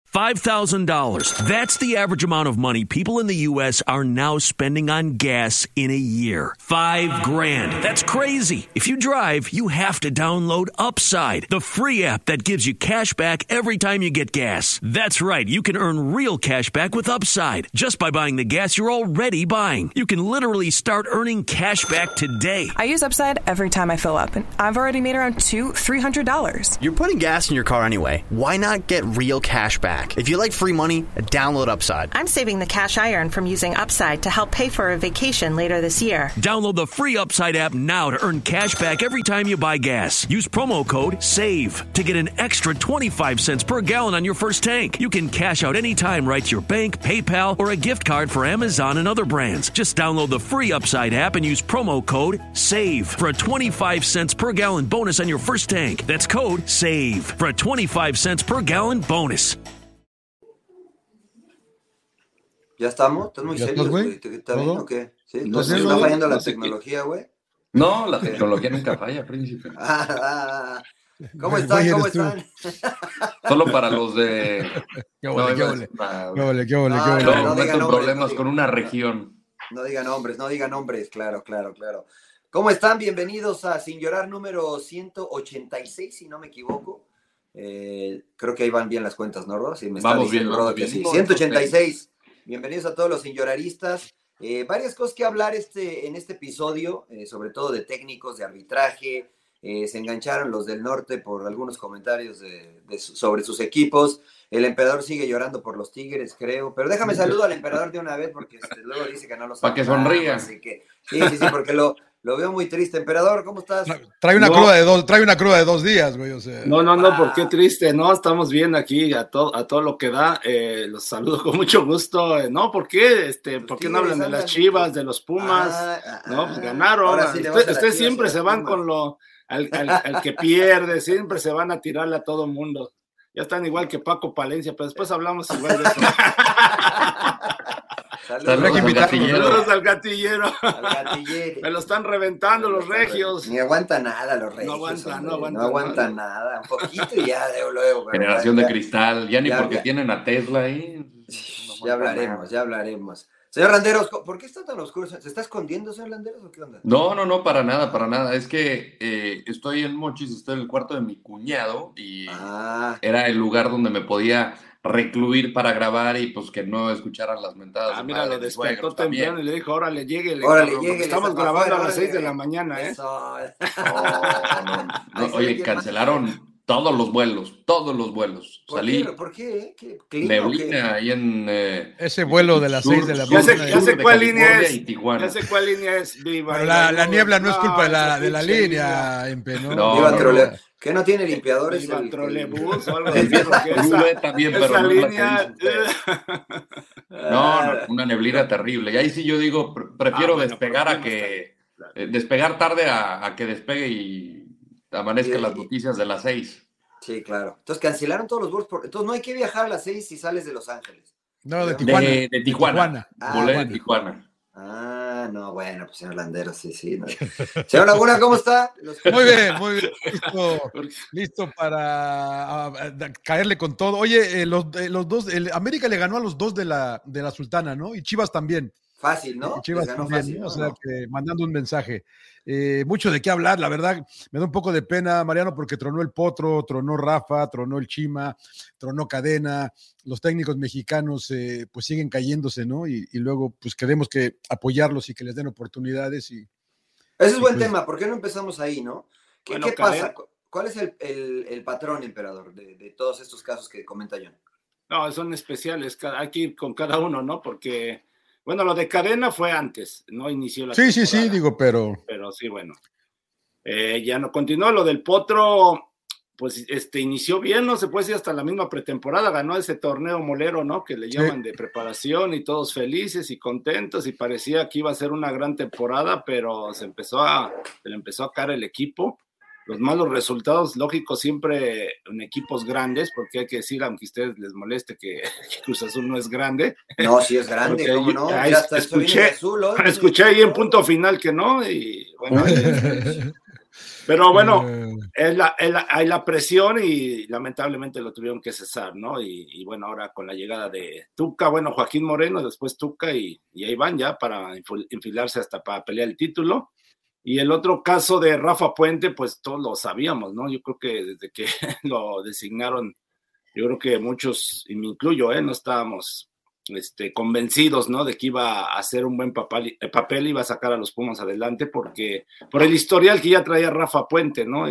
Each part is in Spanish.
$5,000. That's the average amount of money people in the U.S. are now spending on gas in a year. $5,000. That's crazy. If you drive, you have to download Upside, the free app that gives you cash back every time you get gas. That's right. You can earn real cash back with Upside just by buying the gas you're already buying. You can literally start earning cash back today. I use Upside every time I fill up, and I've already made around $200-$300. You're putting gas in your car anyway. Why not get real cash back? If you like free money, download Upside. I'm saving the cash I earn from using Upside to help pay for a vacation later this year. Download the free Upside app now to earn cash back every time you buy gas. Use promo code SAVE to get an extra 25 cents per gallon on your first tank. You can cash out anytime right to your bank, PayPal, or a gift card for Amazon and other brands. Just download the free Upside app and use promo code SAVE for a 25 cents per gallon bonus on your first tank. That's code SAVE for a 25 cents per gallon bonus. ¿Ya estamos? ¿Estás muy serio, güey? ¿Está bien o qué? ¿Sí? ¿No está fallando la tecnología, güey? No, la tecnología nunca falla, príncipe. ¿Cómo están? ¿Cómo están? Solo para los de... ¿Qué ole? No tengo problemas con una región. No diga nombres, claro. ¿Cómo están? Bienvenidos a Sin Llorar número 186, si no me equivoco. Creo que ahí van bien las cuentas, ¿no, Rodo? Sí, vamos bien, Rodo, que sí. 186. Bienvenidos a todos los Sin Lloraristas. Varias cosas que hablar en este episodio, sobre todo de técnicos, de arbitraje. Se engancharon los del norte por algunos comentarios sobre sus equipos. El emperador sigue llorando por los Tigres, creo. Pero déjame saludo al emperador de una vez porque luego dice que no los... Para que sonría. Así que, sí, porque lo veo muy triste. Emperador, ¿cómo estás? Trae una cruda de 2 días, güey. O sea. No, ¿por qué triste? No, estamos bien aquí a todo lo que da. Los saludo con mucho gusto. ¿Por qué? ¿Por qué no hablan de las Chivas, de los Pumas? Pues ganaron. Sí ustedes siempre se van con al que pierde, siempre se van a tirarle a todo mundo. Ya están igual que Paco Palencia, pero después hablamos igual de eso. Saludos al gatillero. Me lo están reventando los regios. Ni aguanta nada los regios. No aguanta nada. Un poquito y ya luego. Generación de cristal. Ya ni porque tienen a Tesla ahí. Ya hablaremos. Señor Landeros, ¿por qué está tan oscuro? ¿Se está escondiendo, señor Landeros, o qué onda? No, para nada. Es que estoy en Mochis, estoy en el cuarto de mi cuñado y era el lugar donde me podía recluir para grabar y pues que no escucharan las mentadas. Mira, lo despertó temprano y le dijo, órale, llegue. Estamos grabando a las 6 de la mañana, ¿eh? No, oye, cancelaron todos los vuelos. Salí. ¿Por qué? ¿Qué neblina ahí en... ese vuelo de las 6 de la mañana. Ya sé cuál línea es. Viva. Pero la niebla no es culpa de la línea, Empe, ¿no? No. ¿Qué no tiene limpiadores? Viva trolebús o algo así. También, pero esa no línea... No, una neblina terrible. Y ahí sí yo digo, prefiero despegar despegar tarde a que despegue y amanezcan las noticias de las 6. Sí, claro. Entonces cancelaron todos los vuelos. Entonces no hay que viajar a las 6 si sales de Los Ángeles. No, de Tijuana. De Tijuana. Volé de Tijuana. No, bueno, pues señor Landeros, sí. No. Señor Laguna, ¿cómo está? Muy bien. Listo para caerle con todo. Oye, los dos, América le ganó a los 2 de la Sultana, ¿no? Y Chivas también. Fácil, ¿no? Chivas también, fácil, ¿no? O sea, que mandando un mensaje. Mucho de qué hablar, la verdad, me da un poco de pena, Mariano, porque tronó el Potro, tronó Rafa, tronó el Chima, tronó Cadena, los técnicos mexicanos pues siguen cayéndose, ¿no? Y luego pues queremos que apoyarlos y que les den oportunidades. Ese es buen tema, ¿por qué no empezamos ahí, no? ¿Qué pasa? ¿Cuál es el patrón, emperador, de todos estos casos que comenta John? No, son especiales, hay que ir con cada uno, ¿no? Porque... Bueno, lo de Cadena fue antes, no inició la temporada. Sí, digo, pero sí, bueno. Ya no continuó. Lo del Potro, pues inició bien, no se puede decir hasta la misma pretemporada, ganó ese torneo molero, ¿no? Que le llaman de preparación y todos felices y contentos y parecía que iba a ser una gran temporada, pero se le empezó a caer el equipo. Los malos resultados, lógicos, siempre en equipos grandes, porque hay que decir, aunque a ustedes les moleste que Cruz Azul no es grande. No, sí es grande, ¿cómo no? Escuché ahí en punto final que no, y bueno, Pero bueno, hay la presión y lamentablemente lo tuvieron que cesar, ¿no? Y bueno, ahora con la llegada de Tuca, bueno, Joaquín Moreno, después Tuca y ahí van ya para enfilarse hasta para pelear el título. Y el otro caso de Rafa Puente, pues todos lo sabíamos, ¿no? Yo creo que desde que lo designaron, yo creo que muchos, y me incluyo, no estábamos convencidos, ¿no? De que iba a hacer un buen papel, iba a sacar a los Pumas adelante por el historial que ya traía Rafa Puente, ¿no?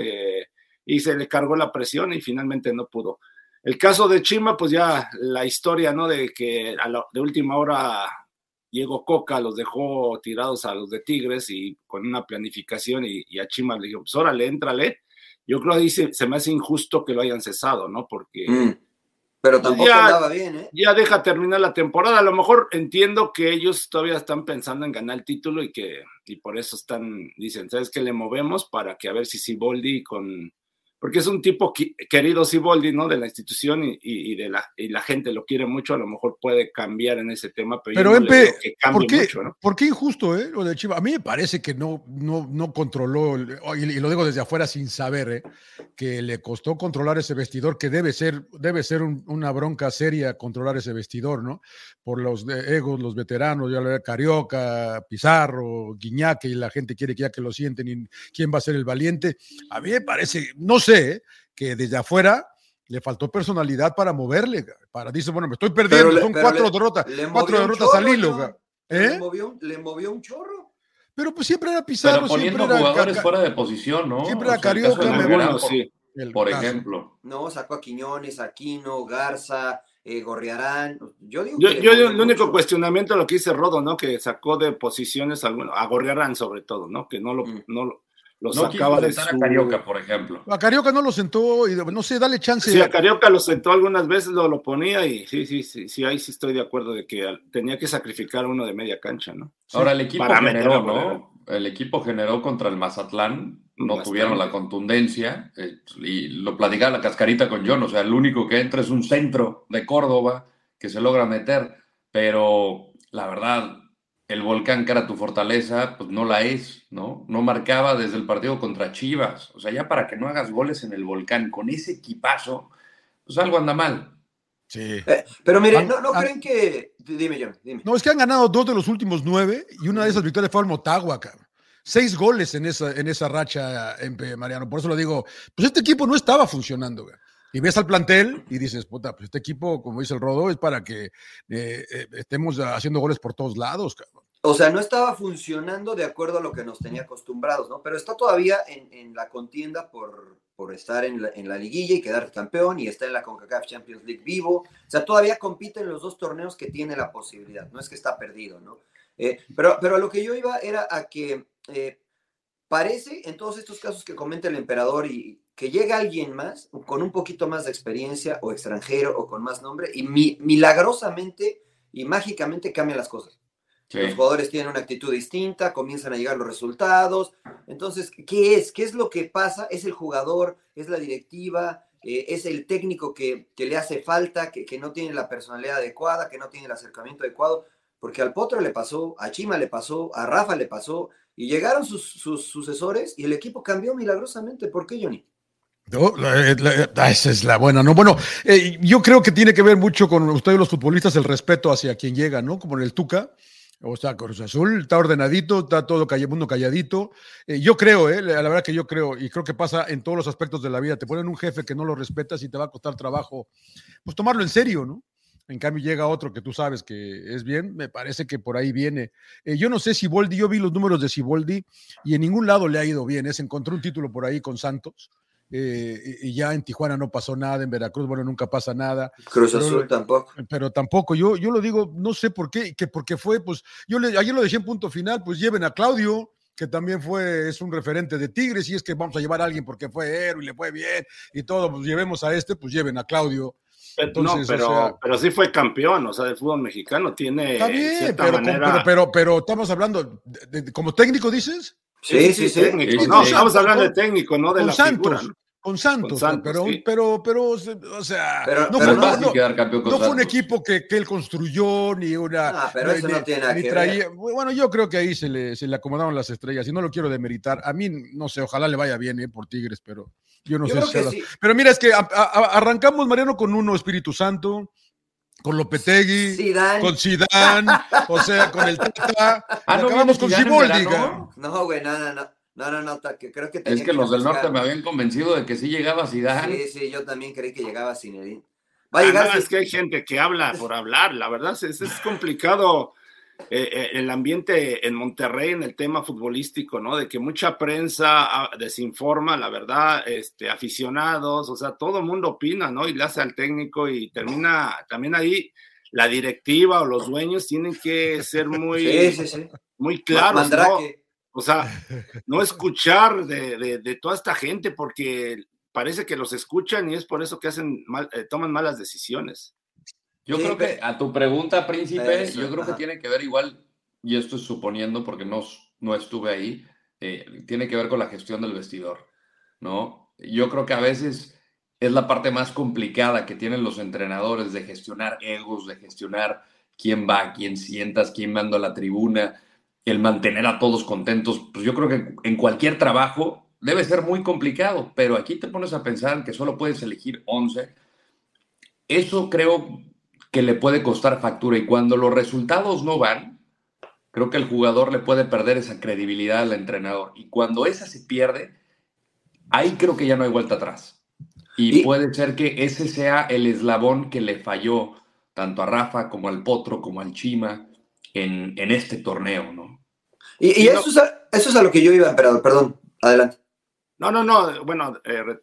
Y se le cargó la presión y finalmente no pudo. El caso de Chima, pues ya la historia, ¿no? De que de última hora Diego Coca los dejó tirados a los de Tigres y con una planificación y a Chima le dijo, pues órale, éntrale. Yo creo que ahí se me hace injusto que lo hayan cesado, ¿no? Porque... Pero tampoco andaba bien, ¿eh? Ya deja terminar la temporada. A lo mejor entiendo que ellos todavía están pensando en ganar el título y por eso dicen, ¿sabes qué? Le movemos para que a ver si Siboldi porque es un tipo querido Siboldi, ¿no? De la institución y la gente lo quiere mucho, a lo mejor puede cambiar en ese tema, pero yo no le veo que cambie mucho, ¿no? ¿Por qué injusto, lo de Chivas? A mí me parece que no controló, y lo digo desde afuera sin saber, que le costó controlar ese vestidor, que debe ser una bronca seria controlar ese vestidor, ¿no? Por los egos, los veteranos, ya lo ve Carioca, Pizarro, Guiñac, y la gente quiere que ya que lo sienten, y quién va a ser el valiente. A mí me parece, no sé, que desde afuera le faltó personalidad para moverle, dice, bueno, me estoy perdiendo, son 4 derrotas al hilo. Le movió un chorro. Pero pues siempre era Pizarro, pero poniendo siempre era jugadores fuera de posición, ¿no? Siempre era Carioca, por ejemplo. No, sacó a Quiñones, Aquino, Garza, Gorriarán. Yo el único cuestionamiento lo que dice Rodo, ¿no? Que sacó de posiciones a Gorriarán sobre todo, ¿no? Que no lo sacaba de a Carioca, por ejemplo. A Carioca no lo sentó y no sé, dale chance. Sí, a Carioca lo sentó algunas veces, lo ponía y sí, ahí sí estoy de acuerdo de que tenía que sacrificar uno de media cancha, ¿no? Ahora el equipo generó, ¿no? El equipo generó contra el Mazatlán, no tuvieron la contundencia, y lo platicaba la cascarita con John, o sea, el único que entra es un centro de Córdoba que se logra meter, pero la verdad, el Volcán, que era tu fortaleza, pues no la es, ¿no? No marcaba desde el partido contra Chivas. O sea, ya para que no hagas goles en el Volcán con ese equipazo, pues algo anda mal. Sí. Pero miren, ¿no creen que...? Dime, John, dime. No, es que han ganado 2 de los últimos 9 y una de esas victorias fue al Motagua, cabrón. 6 goles en esa racha, Mariano. Por eso lo digo, pues este equipo no estaba funcionando, güey. Y ves al plantel y dices, puta, pues este equipo, como dice el Rodo, es para que estemos haciendo goles por todos lados, cabrón. O sea, no estaba funcionando de acuerdo a lo que nos tenía acostumbrados, ¿no? Pero está todavía en la contienda por estar en la liguilla y quedar campeón, y está en la CONCACAF Champions League vivo. O sea, todavía compite en los 2 torneos que tiene la posibilidad. No es que está perdido, ¿no? Pero a lo que yo iba era a que parece, en todos estos casos que comenta el emperador, y que llega alguien más, con un poquito más de experiencia, o extranjero, o con más nombre, y milagrosamente y mágicamente cambian las cosas. Sí. Los jugadores tienen una actitud distinta, comienzan a llegar los resultados. Entonces, ¿qué es? ¿Qué es lo que pasa? ¿Es el jugador? ¿Es la directiva? ¿Es el técnico que le hace falta, que no tiene la personalidad adecuada, que no tiene el acercamiento adecuado? Porque al Potro le pasó, a Chima le pasó, a Rafa le pasó, y llegaron sus sucesores y el equipo cambió milagrosamente. ¿Por qué, Johnny? No, esa es la buena, ¿no? Bueno, yo creo que tiene que ver mucho con ustedes los futbolistas, el respeto hacia quien llega, ¿no? Como en el Tuca. O sea, Cruz Azul está ordenadito, está todo mundo calladito. Yo creo, la verdad que yo creo, y creo que pasa en todos los aspectos de la vida. Te ponen un jefe que no lo respetas y te va a costar trabajo, pues tomarlo en serio, ¿no? En cambio llega otro que tú sabes que es bien, me parece que por ahí viene. Yo no sé si Siboldi, yo vi los números de Siboldi y en ningún lado le ha ido bien. Se encontró un título por ahí con Santos. Y ya en Tijuana no pasó nada, en Veracruz, bueno, nunca pasa nada. Cruz Azul tampoco. Pero tampoco, yo lo digo, no sé por qué, que porque fue, pues, ayer lo dejé en punto final, pues lleven a Claudio, que también es un referente de Tigres, y es que vamos a llevar a alguien porque fue héroe y le fue bien y todo, pues llevemos a pues lleven a Claudio. Entonces, no, pero sí fue campeón, o sea, del fútbol mexicano tiene. Está bien, pero estamos hablando, ¿como técnico dices? Sí. Técnico. No, estamos hablando de técnico, no de la Santos, figura. Con Santos, pero, sí. o sea, no fue un equipo que él construyó, ni una... pero eso no tiene nada que ver. Bueno, yo creo que ahí se le acomodaron las estrellas, y no lo quiero demeritar. A mí, no sé, ojalá le vaya bien por Tigres, pero yo no sé si... Sí. Pero mira, es que arrancamos, Mariano, con uno Espíritu Santo, con Lopetegui, con Zidane, o sea, con el Tata, acabamos con Siboldi. No, güey, no, creo que es que los del norte me habían convencido de que sí llegaba Zidane. Sí, yo también creí que llegaba Zinedine. Es que hay gente que habla por hablar, la verdad es complicado el ambiente en Monterrey en el tema futbolístico, ¿no? De que mucha prensa desinforma, la verdad, aficionados, o sea, todo el mundo opina, ¿no? Y le hace al técnico y termina también ahí la directiva o los dueños tienen que ser muy, muy claros, ¿no? O sea, no escuchar de toda esta gente porque parece que los escuchan y es por eso que toman malas decisiones. Yo creo que a tu pregunta, Príncipe, yo creo que tiene que ver igual, y esto es suponiendo porque no estuve ahí, tiene que ver con la gestión del vestidor, ¿no? Yo creo que a veces es la parte más complicada que tienen los entrenadores de gestionar egos, de gestionar quién va, quién sientas, quién manda a la tribuna, el mantener a todos contentos. Pues yo creo que en cualquier trabajo debe ser muy complicado, pero aquí te pones a pensar que solo puedes elegir 11. Eso creo que le puede costar factura, y cuando los resultados no van, creo que el jugador le puede perder esa credibilidad al entrenador, y cuando esa se pierde, ahí creo que ya no hay vuelta atrás, y puede ser que ese sea el eslabón que le falló tanto a Rafa como al Potro como al Chima en este torneo, ¿no? Y eso es a lo que yo iba, emperador, perdón, adelante. No, bueno,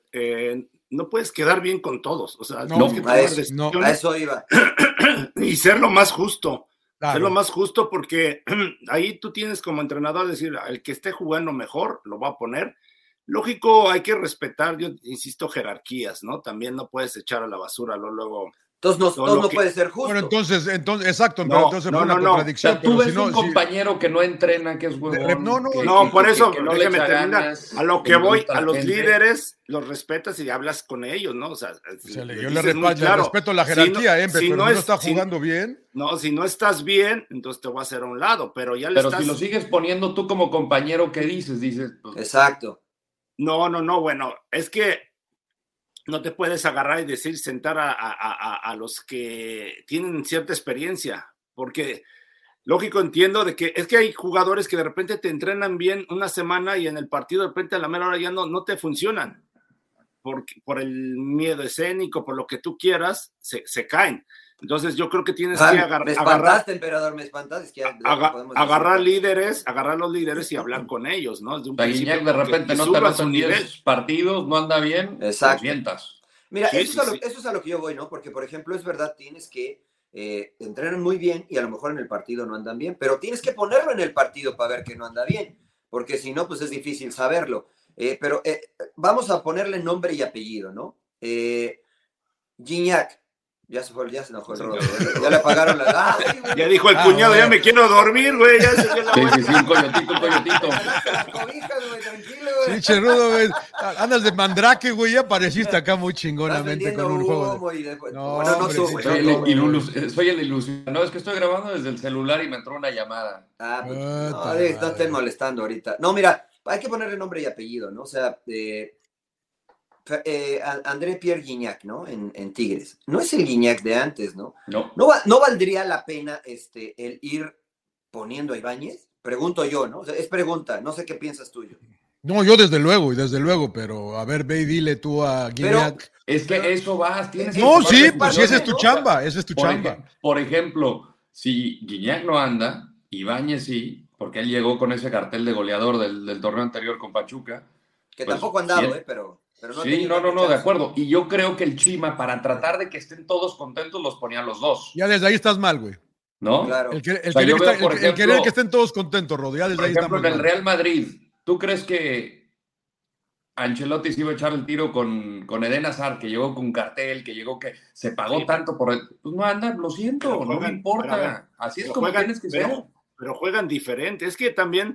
no puedes quedar bien con todos, o sea, a eso iba. Y ser lo más justo, ser lo más justo, porque ahí tú tienes como entrenador decir, el que esté jugando mejor lo va a poner. Lógico, hay que respetar, yo insisto, jerarquías, ¿no? También no puedes echar a la basura luego. Entonces no puede ser justo. Bueno, entonces exacto, pero entonces fue una contradicción. O sea, tú ves un compañero que no entrena, que es huevón. No, por eso, déjeme terminar. A lo que voy, a los líderes los respetas y hablas con ellos, ¿no? O sea, yo le respeto la jerarquía, pero si no está jugando bien. No, si no estás bien, entonces te voy a hacer a un lado, pero ya si lo sigues poniendo tú como compañero, ¿qué dices? Pues... Exacto. No, bueno, es que no te puedes agarrar y decir, sentar a los que tienen cierta experiencia, porque lógico, entiendo de que es que hay jugadores que de repente te entrenan bien una semana y en el partido de repente a la mera hora ya no te funcionan, por el miedo escénico, por lo que tú quieras, se caen. Entonces yo creo que tienes que agarrar, emperador, me espantaste. Es que agarrar los líderes y hablar con ellos, ¿no? Guiñac de repente no te vas en 10 partidos, no anda bien, exacto. Mira, eso es a lo que yo voy, ¿no? Porque, por ejemplo, es verdad, tienes que entrenan muy bien y a lo mejor en el partido no andan bien, pero tienes que ponerlo en el partido para ver que no anda bien, porque si no, pues es difícil saberlo. Pero vamos a ponerle nombre y apellido, ¿no? Guiñac. Ya se enojó el Rodo. Ya le apagaron la... Ya dijo el cuñado, ya me quiero dormir, güey. Ya se dio la vuelta. Sí, un coyotito. Tranquilo, güey. Sí, Cherudo, güey. Andas de mandrake, güey. Ya apareciste acá muy chingonamente con un juego. Soy el ilusionado. No, es que estoy grabando desde el celular y me entró una llamada. No estén molestando ahorita. No, mira, hay que ponerle nombre y apellido, ¿no? O sea, André Pierre Guignac, ¿no? En Tigres. No es el Guignac de antes, ¿no? No valdría la pena el ir poniendo a Ibáñez. Pregunto yo, ¿no? O sea, es pregunta, no sé qué piensas tú. No, yo desde luego, pero a ver, ve y dile tú a Guignac. Es que eso vas, tienes No, sí, pues sí, esa es tu chamba, Por ejemplo, si Guignac no anda, Ibáñez sí, porque él llegó con ese cartel de goleador del torneo anterior con Pachuca. Que pues, tampoco han dado, pero no sí, no, de acuerdo. Y yo creo que el Chima, para tratar de que estén todos contentos, los ponía a los dos. Ya desde ahí estás mal, güey. ¿No? Claro. El querer que estén todos contentos, Rodi. Ya desde ahí estamos mal. Por ejemplo, en el Real Madrid, ¿tú crees que Ancelotti se iba a echar el tiro con Eden Hazard, que llegó con cartel, que se pagó tanto por él? Pues no anda, lo siento, no me importa. Así es como tienes que ser. Pero juegan diferente. Es que también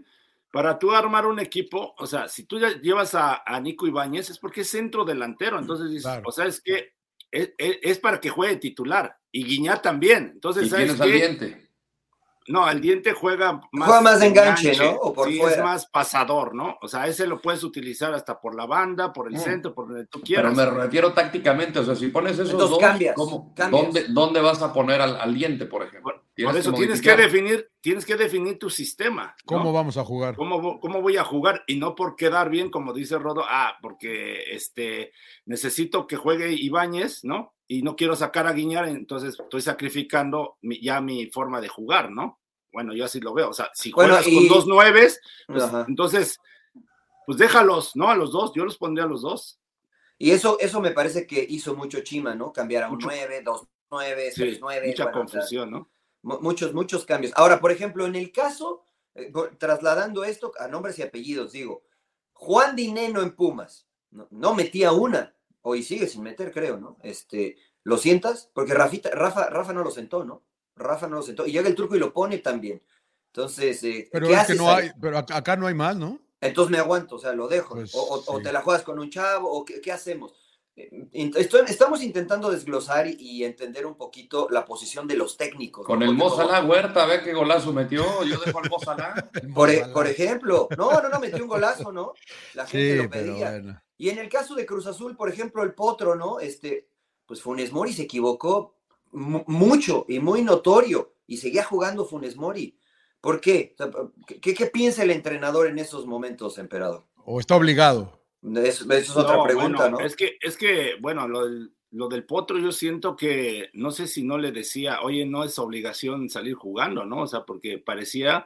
para tú armar un equipo, o sea, si tú ya llevas a Nico Ibáñez es porque es centro delantero, entonces dices, claro. O sea, es que es para que juegue titular, y Guiñá también, entonces, ¿Y ¿sabes tienes al Diente? No, el Diente juega más de enganche, ¿no? O por sí, fuera. es más pasador, ¿no? O sea, ese lo puedes utilizar hasta por la banda, por el centro, por donde tú quieras. Pero me refiero tácticamente, o sea, si pones esos entonces, dos, cambias. ¿dónde vas a poner al Diente, por ejemplo? Por eso tienes que definir tu sistema, ¿no? ¿Cómo vamos a jugar? ¿Cómo voy a jugar? Y no por quedar bien, como dice Rodo, porque necesito que juegue Ibáñez, ¿no? Y no quiero sacar a Guiñar, entonces estoy sacrificando ya mi forma de jugar, ¿no? Bueno, yo así lo veo. O sea, si juegas con 2 9s, pues, entonces, pues déjalos, ¿no? A los dos, yo los pondría a los dos. Y eso me parece que hizo mucho Chima, ¿no? Cambiar a un 9, 2 9, 6 9. Mucha confusión, ¿no? Muchos cambios. Ahora, por ejemplo, en el caso, trasladando esto a nombres y apellidos, digo, Juan Dineno en Pumas, no metía una, hoy sigue sin meter, creo, ¿no? ¿Lo sientas? Porque Rafa no lo sentó, ¿no? Rafa no lo sentó. Y llega el Turco y lo pone también. Entonces, pero ¿qué es haces que no ahí? hay, pero acá no hay más, ¿no? Entonces me aguanto, o sea, lo dejo. Pues, o te la juegas con un chavo, o ¿qué hacemos? Estamos intentando desglosar y entender un poquito la posición de los técnicos. Con el Mo Salah Huerta, ve qué golazo metió. Yo dejo al Mo Salah. Por ejemplo, no, metió un golazo, ¿no? La gente lo pedía. Bueno. Y en el caso de Cruz Azul, por ejemplo, el Potro, ¿no? Pues Funes Mori se equivocó mucho y muy notorio, y seguía jugando Funes Mori. ¿Por qué? ¿Qué piensa el entrenador en esos momentos, emperador? ¿O está obligado? Eso es otra pregunta, bueno, ¿no? Es que bueno, lo del Potro yo siento que, no sé si no le decía, oye, no es obligación salir jugando, ¿no? O sea, porque parecía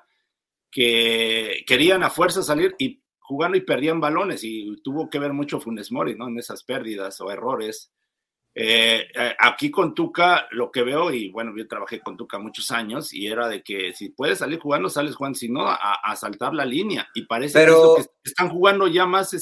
que querían a fuerza salir y jugando y perdían balones, y tuvo que ver mucho Funes Mori, ¿no? En esas pérdidas o errores. Aquí con Tuca lo que veo, y bueno, yo trabajé con Tuca muchos años, y era de que si puedes salir jugando, sales jugando, si no, a saltar la línea, y parece que están jugando ya más,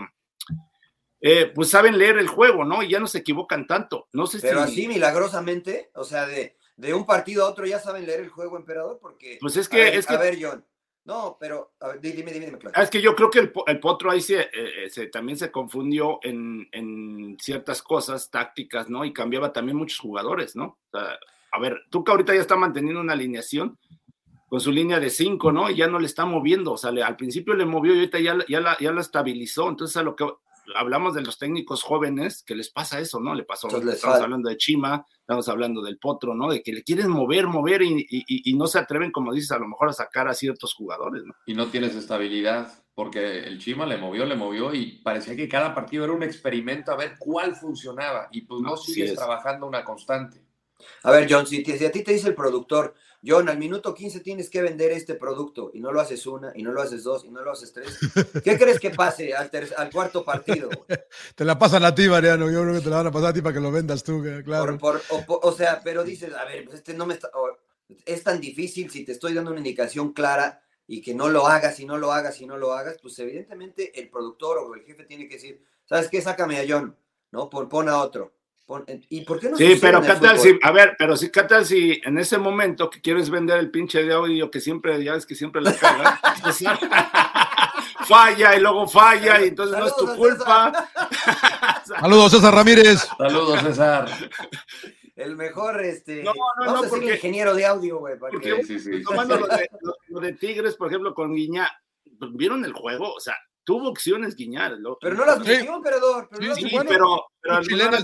pues saben leer el juego, ¿no? Y ya no se equivocan tanto, no sé. Pero así milagrosamente, o sea, de un partido a otro ya saben leer el juego, emperador, porque... Pues es que... A ver, John, no, pero a ver, dime, claro. Es que yo creo que el Potro ahí también se confundió en ciertas cosas tácticas, ¿no? Y cambiaba también muchos jugadores, ¿no? O sea, a ver, Tuca ahorita ya está manteniendo una alineación con su línea de 5, ¿no? Y ya no le está moviendo, o sea, al principio le movió y ahorita ya la estabilizó. Entonces, a lo que hablamos de los técnicos jóvenes, que les pasa eso, ¿no? Estamos hablando de Chima, estamos hablando del Potro, ¿no? De que le quieren mover y no se atreven, como dices, a lo mejor a sacar a ciertos jugadores, ¿no? Y no tienes estabilidad, porque el Chima le movió y parecía que cada partido era un experimento a ver cuál funcionaba, y pues no sigues trabajando una constante. A ver, John, si a ti te dice el productor, John, al minuto 15 tienes que vender este producto, y no lo haces una, y no lo haces dos, y no lo haces tres, ¿qué crees que pase al cuarto partido? Te la pasan a ti, Mariano, yo creo que te la van a pasar a ti para que lo vendas tú, claro. O sea, pero dices, a ver, pues no me está... Es tan difícil si te estoy dando una indicación clara y que no lo hagas, pues evidentemente el productor o el jefe tiene que decir, ¿sabes qué? Sácame a John, ¿no? Pon a otro. ¿Y por qué no? Sí, pero ¿qué tal si, a ver, pero sí, ¿qué tal si en ese momento que quieres vender el pinche de audio que siempre, ya ves que siempre la caga, falla y luego falla, y entonces no es tu culpa? Saludos, César Ramírez. Saludos, César. El mejor, no, porque ingeniero de audio, güey. Porque sí. Tomando lo de Tigres, por ejemplo, con Guiñá, ¿vieron el juego? O sea, tuvo opciones Guiñar. Pero no las metió, emperador. Pero no eran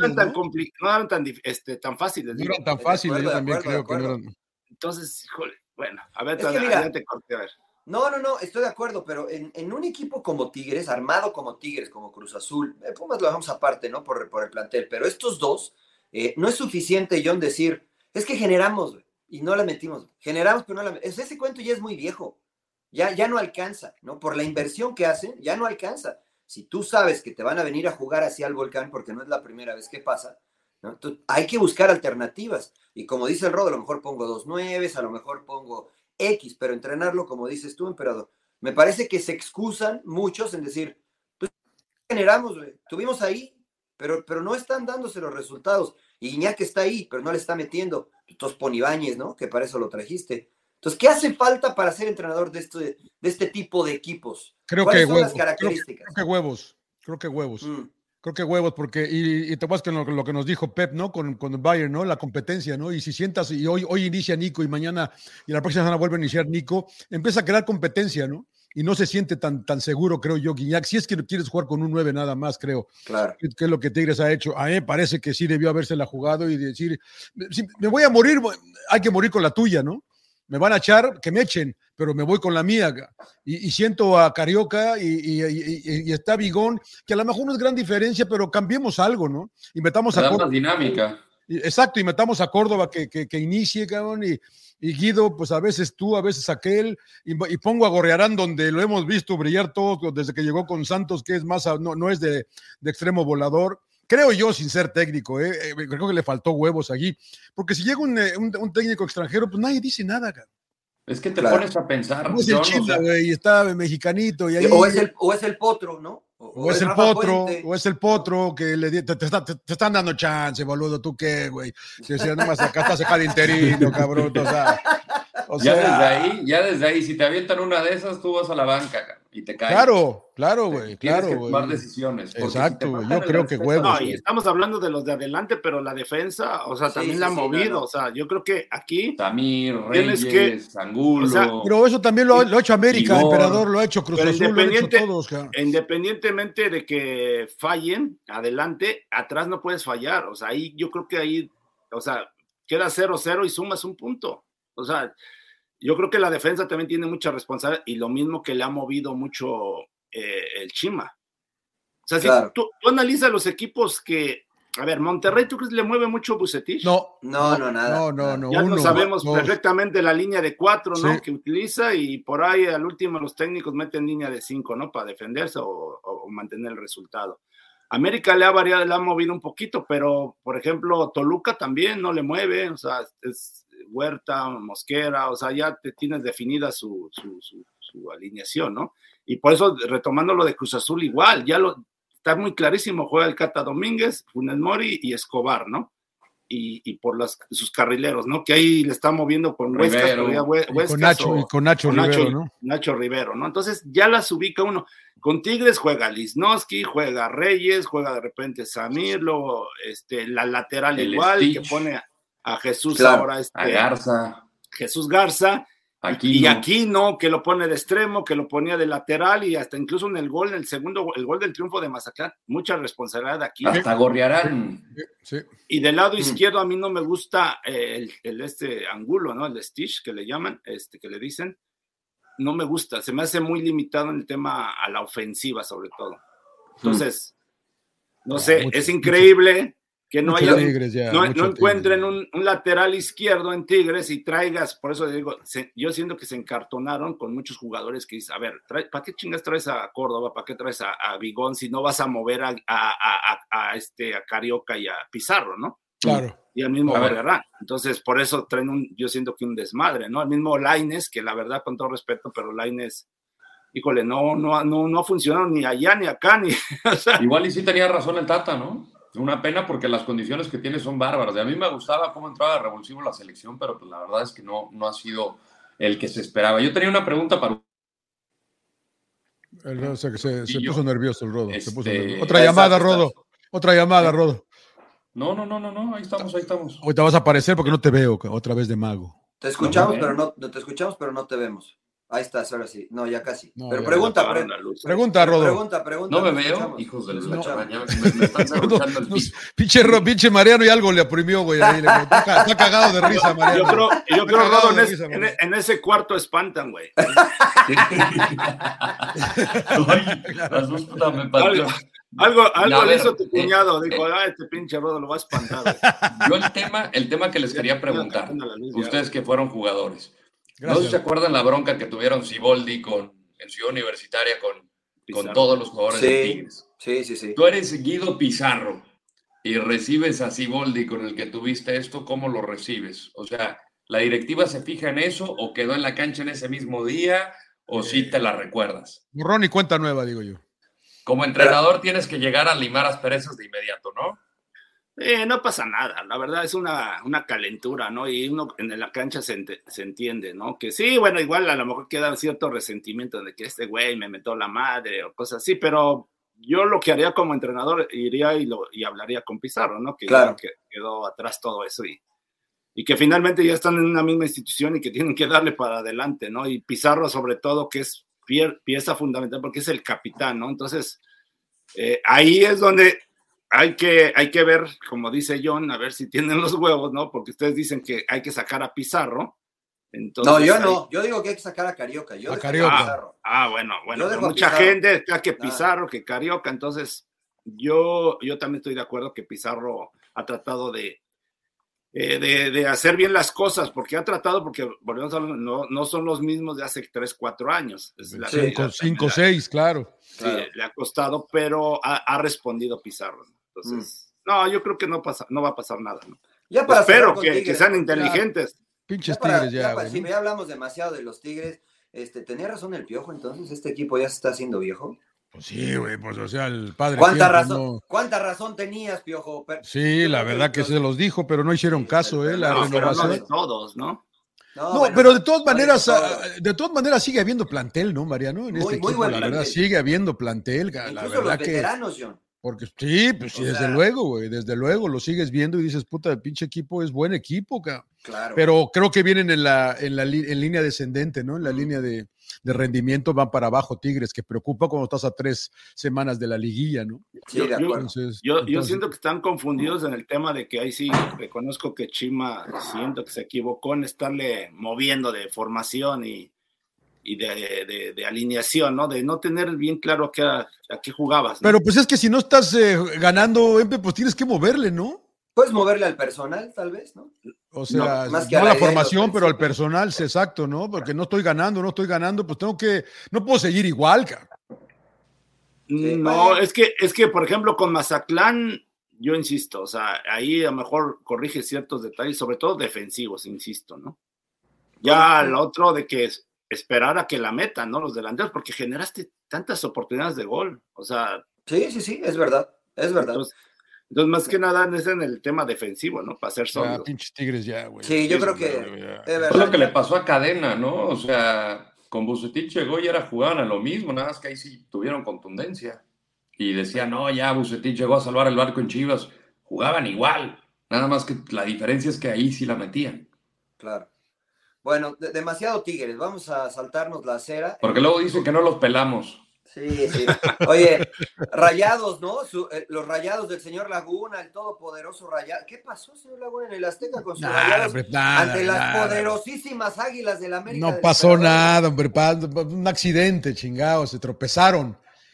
tan fáciles. No eran tan fáciles, yo también creo que no eran. Entonces, híjole, bueno, a ver, mira, te corté, a ver. No, estoy de acuerdo, pero en un equipo como Tigres, armado como Tigres, como Cruz Azul, Pumas lo dejamos aparte, ¿no? Por el plantel, pero estos dos, no es suficiente, John, decir, es que generamos, y no la metimos. Generamos, pero no la metimos. Ese cuento ya es muy viejo. Ya no alcanza, ¿no? Por la inversión que hacen, ya no alcanza. Si tú sabes que te van a venir a jugar hacia el Volcán, porque no es la primera vez que pasa, ¿no? Entonces, hay que buscar alternativas. Y como dice el Rodo, a lo mejor pongo 2 9, a lo mejor pongo X, pero entrenarlo, como dices tú, emperador. Me parece que se excusan muchos en decir, pues generamos, estuvimos ahí, pero no están dándose los resultados. Y Iñaki está ahí, pero no le está metiendo. Entonces pon Ibáñez, ¿no? Que para eso lo trajiste. Entonces, ¿qué hace falta para ser entrenador de este tipo de equipos? ¿Cuáles son las características? Creo que huevos. Creo que huevos, porque, y te vas con lo que nos dijo Pep, ¿no? Con el Bayern, ¿no? La competencia, ¿no? Y si sientas, y hoy inicia Nico y mañana, y la próxima semana vuelve a iniciar Nico, empieza a crear competencia, ¿no? Y no se siente tan seguro, creo yo, Guiñac. Si es que quieres jugar con un 9 nada más, creo. Claro. Que es lo que Tigres ha hecho. A mí me parece que sí debió habérsela jugado y decir, si me voy a morir, hay que morir con la tuya, ¿no? Me van a echar, que me echen, pero me voy con la mía. Y siento a Carioca y está Vigón, que a lo mejor no es gran diferencia, pero cambiemos algo, ¿no? Y metamos a Córdoba. Dinámica. Exacto, y metamos a Córdoba que inicie, cabrón, y Guido, pues a veces tú, a veces aquel, y pongo a Gorriarán donde lo hemos visto brillar todo desde que llegó con Santos, que es más, no es de extremo volador. Creo yo, sin ser técnico, creo que le faltó huevos allí. Porque si llega un técnico extranjero, pues nadie dice nada, cara. Es que te pones a pensar. No es el Chile, güey, y está mexicanito. Y ahí, o es el Potro, ¿no? O es el Potro, que te están dando chance, boludo. ¿Tú qué, güey? Si nomás acá estás acá de interino, cabrón. Ya desde ahí, si te avientan una de esas, tú vas a la banca, cabrón, y te caes. Claro, güey. Tienes que tomar decisiones. Exacto, yo creo que huevos. No, y estamos hablando de los de adelante, pero la defensa, o sea, también la ha movido. No. O sea, yo creo que aquí. Tamir, Reyes, Angulo. O sea, pero eso también lo ha hecho América, Igor, Emperador, lo ha hecho Cruz Azul, lo ha hecho todos. Independientemente de que fallen adelante, atrás no puedes fallar. O sea, ahí yo creo que ahí, o sea, queda 0-0 y sumas un punto. O sea, yo creo que la defensa también tiene mucha responsabilidad y lo mismo que le ha movido mucho el Chima. O sea, claro. Si tú analizas los equipos que, a ver, Monterrey, ¿tú crees que le mueve mucho Bucetich? No, nada. No. Ya no sabemos perfectamente la línea de 4, ¿no? Sí. Que utiliza y por ahí al último los técnicos meten línea de 5, ¿no? Para defenderse o mantener el resultado. América le ha variado, le ha movido un poquito, pero, por ejemplo, Toluca también no le mueve, o sea, es Huerta, Mosquera, o sea, ya te tienes definida su alineación, ¿no? Y por eso, retomando lo de Cruz Azul, igual, está muy clarísimo, juega el Cata Domínguez, Funes Mori y Escobar, ¿no? Y por sus carrileros, ¿no? Que ahí le está moviendo con Huescas, con Nacho Rivero, ¿no? Nacho Rivero, ¿no? Entonces ya las ubica uno. Con Tigres juega Lichnowsky, juega Reyes, juega de repente Samir, luego la lateral el igual, Stitch, que pone a Jesús, claro, ahora a Garza. Jesús Garza. Aquino. Y Aquino, que lo pone de extremo, que lo ponía de lateral y hasta incluso en el gol, el gol del triunfo de Mazatlán, mucha responsabilidad aquí. Hasta Gorriarán. Sí. Y del lado izquierdo a mí no me gusta el Angulo, ¿no? El Stitch que le llaman, que le dicen. No me gusta, se me hace muy limitado en el tema a la ofensiva sobre todo. Entonces, no sé, es increíble que no encuentren un lateral izquierdo en Tigres y traigas, por eso digo, yo siento que se encartonaron con muchos jugadores que dicen, a ver, ¿para qué chingas traes a Córdoba? ¿Para qué traes a Vigón si no vas a mover a Carioca y a Pizarro, ¿no? Claro. Y al mismo Gorriarán. Entonces, por eso traen yo siento que un desmadre, ¿no? El mismo Lainez, que la verdad, con todo respeto, pero Lainez, híjole, no ha funcionado ni allá ni acá, ni. O sea, igual y sí tenía razón el Tata, ¿no? Una pena porque las condiciones que tiene son bárbaras. Y a mí me gustaba cómo entraba de revulsivo la selección, pero pues la verdad es que no ha sido el que se esperaba. Yo tenía una pregunta para. Se puso nervioso el Rodo. Se puso nervioso. Otra llamada, Rodo. No, ahí estamos. Hoy te vas a aparecer porque no te veo, otra vez de mago. Te escuchamos, pero no te vemos. Ahí estás, ahora sí. No, ya casi. No, pero pregunta, Rodo. Pregunta. No me veo, hijos de la chamaña. Me están escuchando el piso. Pinche Mariano y algo le oprimió, güey. Ahí está cagado de risa, Mariano. Yo creo Rodo, en ese cuarto espantan, güey. Asústame, patrón. Algo le hizo tu cuñado, dijo, este pinche Rodo lo va a espantar. Yo el tema que les quería preguntar, ustedes que fueron jugadores, gracias. No sé si se acuerdan la bronca que tuvieron Siboldi en Ciudad Universitaria con todos los jugadores de Tigres. Sí. Tú eres Guido Pizarro y recibes a Siboldi con el que tuviste esto, ¿cómo lo recibes? O sea, ¿la directiva se fija en eso o quedó en la cancha en ese mismo día o sí te la recuerdas? Borrón y cuenta nueva, digo yo. Como entrenador tienes que llegar a limar asperezas de inmediato, ¿no? No pasa nada, la verdad es una calentura, ¿no? Y uno en la cancha se entiende, ¿no? Que sí, bueno, igual a lo mejor queda cierto resentimiento de que este güey me metió la madre o cosas así, pero yo lo que haría como entrenador, iría y hablaría con Pizarro, ¿no? Que claro, que quedó atrás todo eso y que finalmente ya están en una misma institución y que tienen que darle para adelante, ¿no? Y Pizarro sobre todo, que es pieza fundamental porque es el capitán, ¿no? Entonces, ahí es donde hay que ver, como dice John, a ver si tienen los huevos, ¿no? Porque ustedes dicen que hay que sacar a Pizarro. Entonces, no, yo no. Yo digo que hay que sacar a Carioca. Bueno. Mucha gente está que Pizarro, que Carioca. Entonces, yo también estoy de acuerdo que Pizarro ha tratado de hacer bien las cosas, porque volvemos a hablar, no son los mismos de hace 3, 4 años. 5, 6, claro. Sí, claro. Le ha costado, pero ha respondido Pizarro. Entonces, no, yo creo que no va a pasar nada, ¿no? Espero que sean inteligentes. Pinches Tigres ya. Si ya hablamos demasiado de los Tigres, ¿tenía razón el Piojo entonces? ¿Este equipo ya se está haciendo viejo? Pues sí, güey, pues o sea, el padre. ¿Cuánta razón tenías, Piojo? Sí, la verdad que se los dijo, pero no hicieron caso, la renovación. No de todos, ¿no? No, pero de todas maneras sigue habiendo plantel, ¿no, Mariano? En este equipo, la verdad, sigue habiendo plantel. Incluso la verdad los veteranos, John. Porque sí, pues sí, desde luego, güey, desde luego lo sigues viendo y dices, puta, el pinche equipo es buen equipo, cabrón. Claro. Pero creo que vienen en línea descendente, ¿no? En la línea de rendimiento van para abajo Tigres, que preocupa cuando estás a 3 semanas de la liguilla, ¿no? Sí, de acuerdo. Yo siento que están confundidos en el tema de que ahí sí reconozco que Chima siento que se equivocó en estarle moviendo de formación y de alineación, ¿no? De no tener bien claro a qué jugabas, ¿no? Pero pues es que si no estás ganando, pues tienes que moverle, ¿no? Puedes moverle al personal, tal vez, ¿no? O sea, no a la formación, pero al personal, sí, exacto, ¿no? Porque no estoy ganando, pues no puedo seguir igual, cabrón. No, es que, por ejemplo, con Mazatlán, yo insisto, o sea, ahí a lo mejor corrige ciertos detalles, sobre todo defensivos, insisto, ¿no? Ya al otro de que esperar a que la metan, ¿no? Los delanteros, porque generaste tantas oportunidades de gol, o sea. Sí, es verdad. Entonces, más que nada es en el tema defensivo, ¿no? Para ser sólidos. Pinches Tigres ya, güey. Sí, yo creo que es lo que le pasó a Cadena, ¿no? O sea, con Vucetich llegó y jugaban a lo mismo, nada más que ahí sí tuvieron contundencia. Y decían, no, ya Vucetich llegó a salvar el barco en Chivas. Jugaban igual, nada más que la diferencia es que ahí sí la metían. Claro. Bueno, demasiado Tigres, vamos a saltarnos la acera. Porque luego dicen que no los pelamos. Sí. Oye, Rayados, ¿no? Los Rayados del señor Laguna, el todopoderoso Rayado. ¿Qué pasó, señor Laguna, en el Azteca con sus Rayados ante las poderosísimas Águilas del América? No pasó nada, hombre, un accidente, chingados, se tropezaron.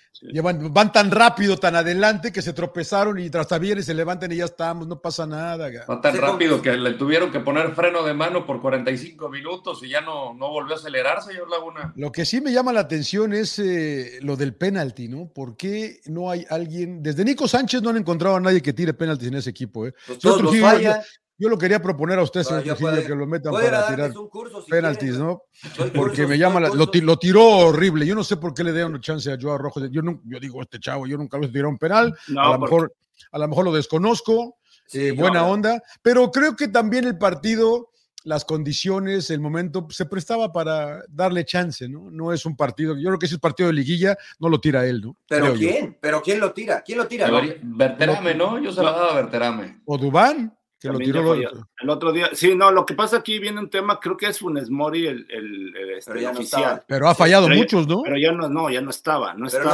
Van tan rápido, tan adelante que se tropezaron y hasta vienen, se levantan y ya estamos, no pasa nada. Va tan rápido que le tuvieron que poner freno de mano por 45 minutos y ya no volvió a acelerar, señor Laguna. Lo que sí me llama la atención es lo del penalti, ¿no? ¿Por qué no hay alguien? Desde Nico Sánchez no han encontrado a nadie que tire penaltis en ese equipo, ¿eh? Pues todos los fallan. Yo lo quería proponer a usted, señor Trujillo, que lo metan para tirar penaltis, ¿no? Porque me llama, lo tiró horrible. Yo no sé por qué le dieron chance a Joao Rojas. Yo digo, este chavo, yo nunca lo tiré un penal. No, a lo mejor lo desconozco. Buena onda. Pero creo que también el partido, las condiciones, el momento, se prestaba para darle chance, ¿no? No es un partido, yo creo que si es partido de liguilla, no lo tira él, ¿no? ¿Pero quién? ¿Pero quién lo tira? ¿Quién lo tira? Berterame, ¿no? Yo se lo daba a Berterame. O Dubán. Que lo tiró el otro día. Sí, no, lo que pasa aquí viene un tema, creo que es Funes Mori el oficial. Pero ha fallado muchos, ¿no? Pero ya no estaba.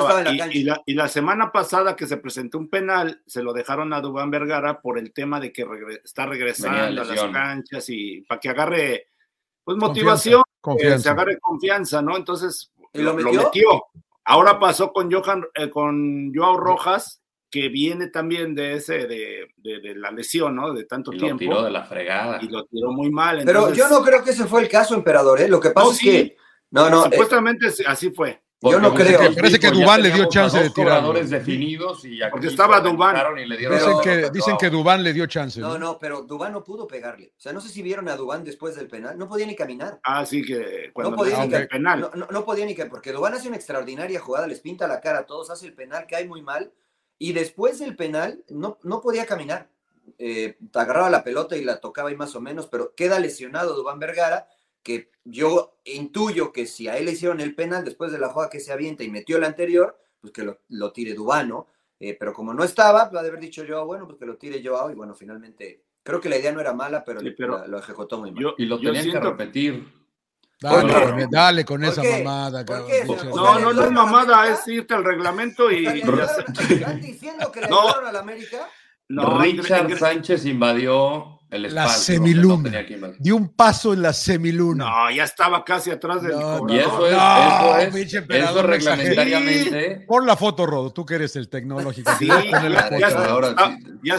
Y la semana pasada que se presentó un penal, se lo dejaron a Dubán Vergara por el tema de que está regresando a las canchas y para que agarre pues motivación, confianza. Se agarre confianza, ¿no? Entonces lo metió. Ahora pasó con Joao Rojas, que viene también de la lesión, ¿no? De tanto tiempo. Lo tiró de la fregada. Y lo tiró muy mal. Entonces. Pero yo no creo que ese fue el caso, emperador, ¿eh? Lo que pasa es que... No. Supuestamente así fue. Yo no creo. Parece que Dubán le dio chance de tirar. Definidos y porque estaba Dubán. Dicen que Dubán le dio chance. No, pero Dubán no pudo pegarle. O sea, no sé si vieron a Dubán después del penal. No podía ni caminar. Sí, que cuando no podía ni el penal. No podía ni caminar, porque Dubán hace una extraordinaria jugada, les pinta la cara a todos, hace el penal, cae muy mal. Y después del penal, no podía caminar. agarraba la pelota y la tocaba ahí más o menos, pero queda lesionado Duván Vergara, que yo intuyo que si a él le hicieron el penal después de la jugada que se avienta y metió el anterior, pues que lo tire Duván, ¿no? Pero como no estaba, va a haber dicho Joao, bueno, pues que lo tire Joao, y bueno, finalmente, creo que la idea no era mala, pero lo ejecutó muy mal. Y lo tenían que repetir. Dale con esa mamada, cabrón. No es mamada, es irte al reglamento y... ¿Están diciendo que le ayudaron a la América? No, Richard Sánchez invadió el espacio. La semiluna. Dio un paso en la semiluna. No, ya estaba casi atrás del cobrador. Y eso reglamentariamente. Pon la foto, Rodo, tú que eres el tecnológico. Sí, ya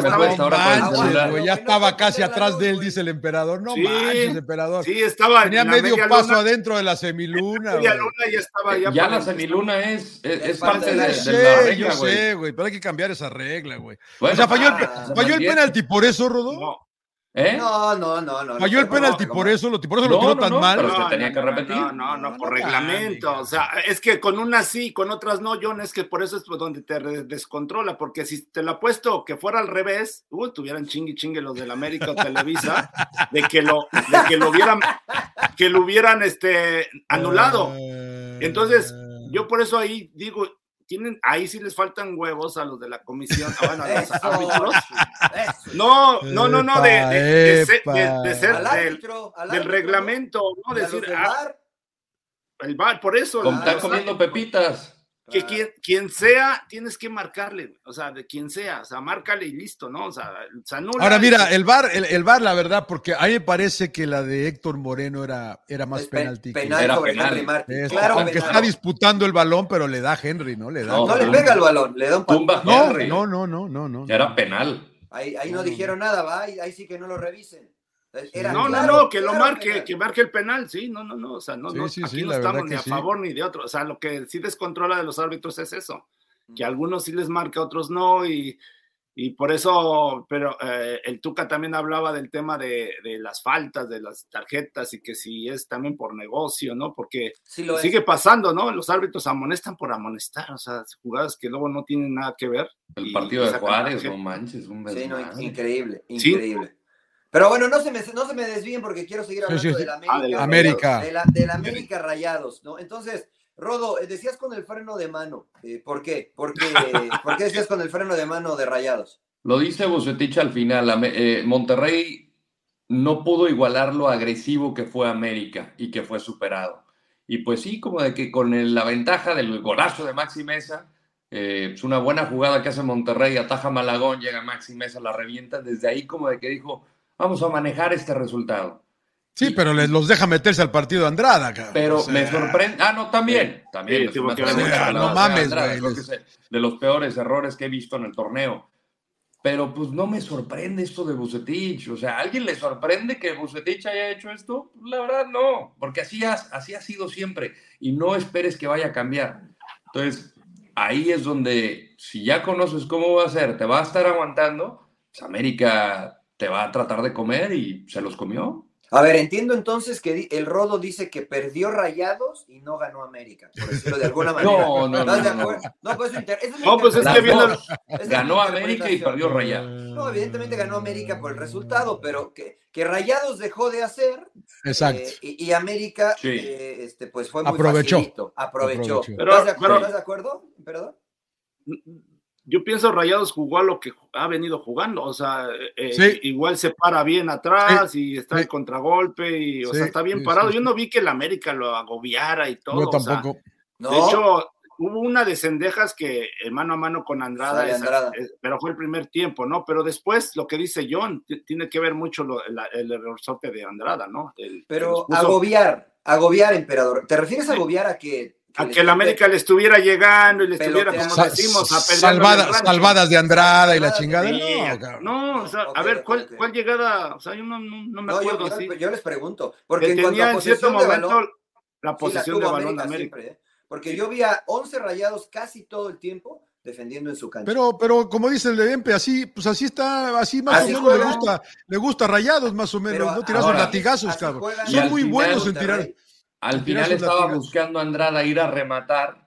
estaba casi atrás de él, dice el emperador. No manches, emperador. Sí, estaba. Tenía medio paso adentro de la semiluna. Media luna ya estaba ya la semiluna es parte de la regla, yo sé, güey, pero hay que cambiar esa regla, güey. Bueno, o sea, falló el penalti por eso, Rodo. No. No. Falló el penalti por eso lo tiró tan mal. Pero se tenía que repetir. No, por reglamento. O sea, es que con unas sí, con otras no, John, es que por eso es donde te descontrola, porque si te lo apuesto que fuera al revés, tuvieran chingue los del América o Televisa, de que lo hubieran anulado. Entonces, yo por eso ahí digo, ahí sí les faltan huevos a los de la comisión, a los árbitros. De ser del reglamento, ¿no? Decir, el VAR, por eso. Están comiendo pepitas. Que quien sea, tienes que marcarle, o sea, de quien sea, o sea, márcale y listo, ¿no? O sea, se anula. Ahora mira, el VAR, la verdad, porque a mí me parece que la de Héctor Moreno era más penalti. Penal sobre Henry Martin. Claro, aunque está disputando el balón, pero le da a Henry, ¿no? Le pega el balón, le da un tumba a Henry. No. Era penal. Ahí no dijeron nada, va, ahí sí que no lo revisen. Que lo marque, que marque el penal, sí, o sea, aquí no estamos ni a favor ni de otro, o sea, lo que sí descontrola de los árbitros es eso, que a algunos sí les marca, a otros no, y por eso, pero el Tuca también hablaba del tema de las faltas, de las tarjetas, y que si es también por negocio, ¿no? Porque sigue pasando, ¿no? Los árbitros amonestan por amonestar, o sea, jugadas que luego no tienen nada que ver. El partido de Juárez, no manches, un desmadre. Sí, increíble. ¿Sí? Pero bueno, no se me desvíen porque quiero seguir hablando de la América. De la América Rayados, ¿no? Entonces, Rodo, decías con el freno de mano. ¿Por qué? ¿Por qué decías con el freno de mano de Rayados? Lo dice Vucetich al final. Monterrey no pudo igualar lo agresivo que fue América y que fue superado. Y pues sí, como de que con la ventaja del golazo de Maxi Meza, es una buena jugada que hace Monterrey, ataja Malagón, llega Maxi Meza, la revienta. Desde ahí como de que dijo, vamos a manejar este resultado. Sí, pero los deja meterse al partido de Andrada, cabrón. Pero me sorprende. También. Sí, no mames, güey. Creo que es de los peores errores que he visto en el torneo. Pero pues no me sorprende esto de Vucetich. O sea, ¿a alguien le sorprende que Vucetich haya hecho esto? La verdad no, porque así ha sido siempre. Y no esperes que vaya a cambiar. Entonces, ahí es donde, si ya conoces cómo va a ser, te va a estar aguantando, pues América te va a tratar de comer y se los comió. A ver, entiendo entonces que el Rodo dice que perdió Rayados y no ganó América, por decirlo de alguna manera. Pues es que ganó América y perdió Rayados. No, evidentemente ganó América por el resultado, pero que Rayados dejó de hacer. Exacto. Y América, pues fue muy aprovechó. Facilito. Aprovechó. Pero, ¿Estás de acuerdo, emperador? Yo pienso Rayados jugó a lo que ha venido jugando, o sea, igual se para bien atrás y está el contragolpe y, o sea, está bien parado. Yo no vi que el América lo agobiara y todo. Yo tampoco. O sea, de hecho, hubo una de Cendejas que mano a mano con Andrada, pero fue el primer tiempo, ¿no? Pero después, lo que dice John, tiene que ver mucho el errorzote de Andrada, ¿no? Pero agobiar, emperador. ¿Te refieres a agobiar a que el América le estuviera llegando y le estuviera, como decimos, salvadas de Andrada y la chingada? No, o sea, a ver, ¿cuál llegada? O sea, yo no me acuerdo así. Yo les pregunto, porque tenía en cierto momento la posesión de balón de América. Siempre, porque yo vi a 11 Rayados casi todo el tiempo defendiendo en su cancha. Pero como dice el de Empe, así está, así más o menos le gusta Rayados, más o menos, no tirar sus latigazos, cabrón. Son muy buenos en tirar. Al final estaba buscando a Andrada ir a rematar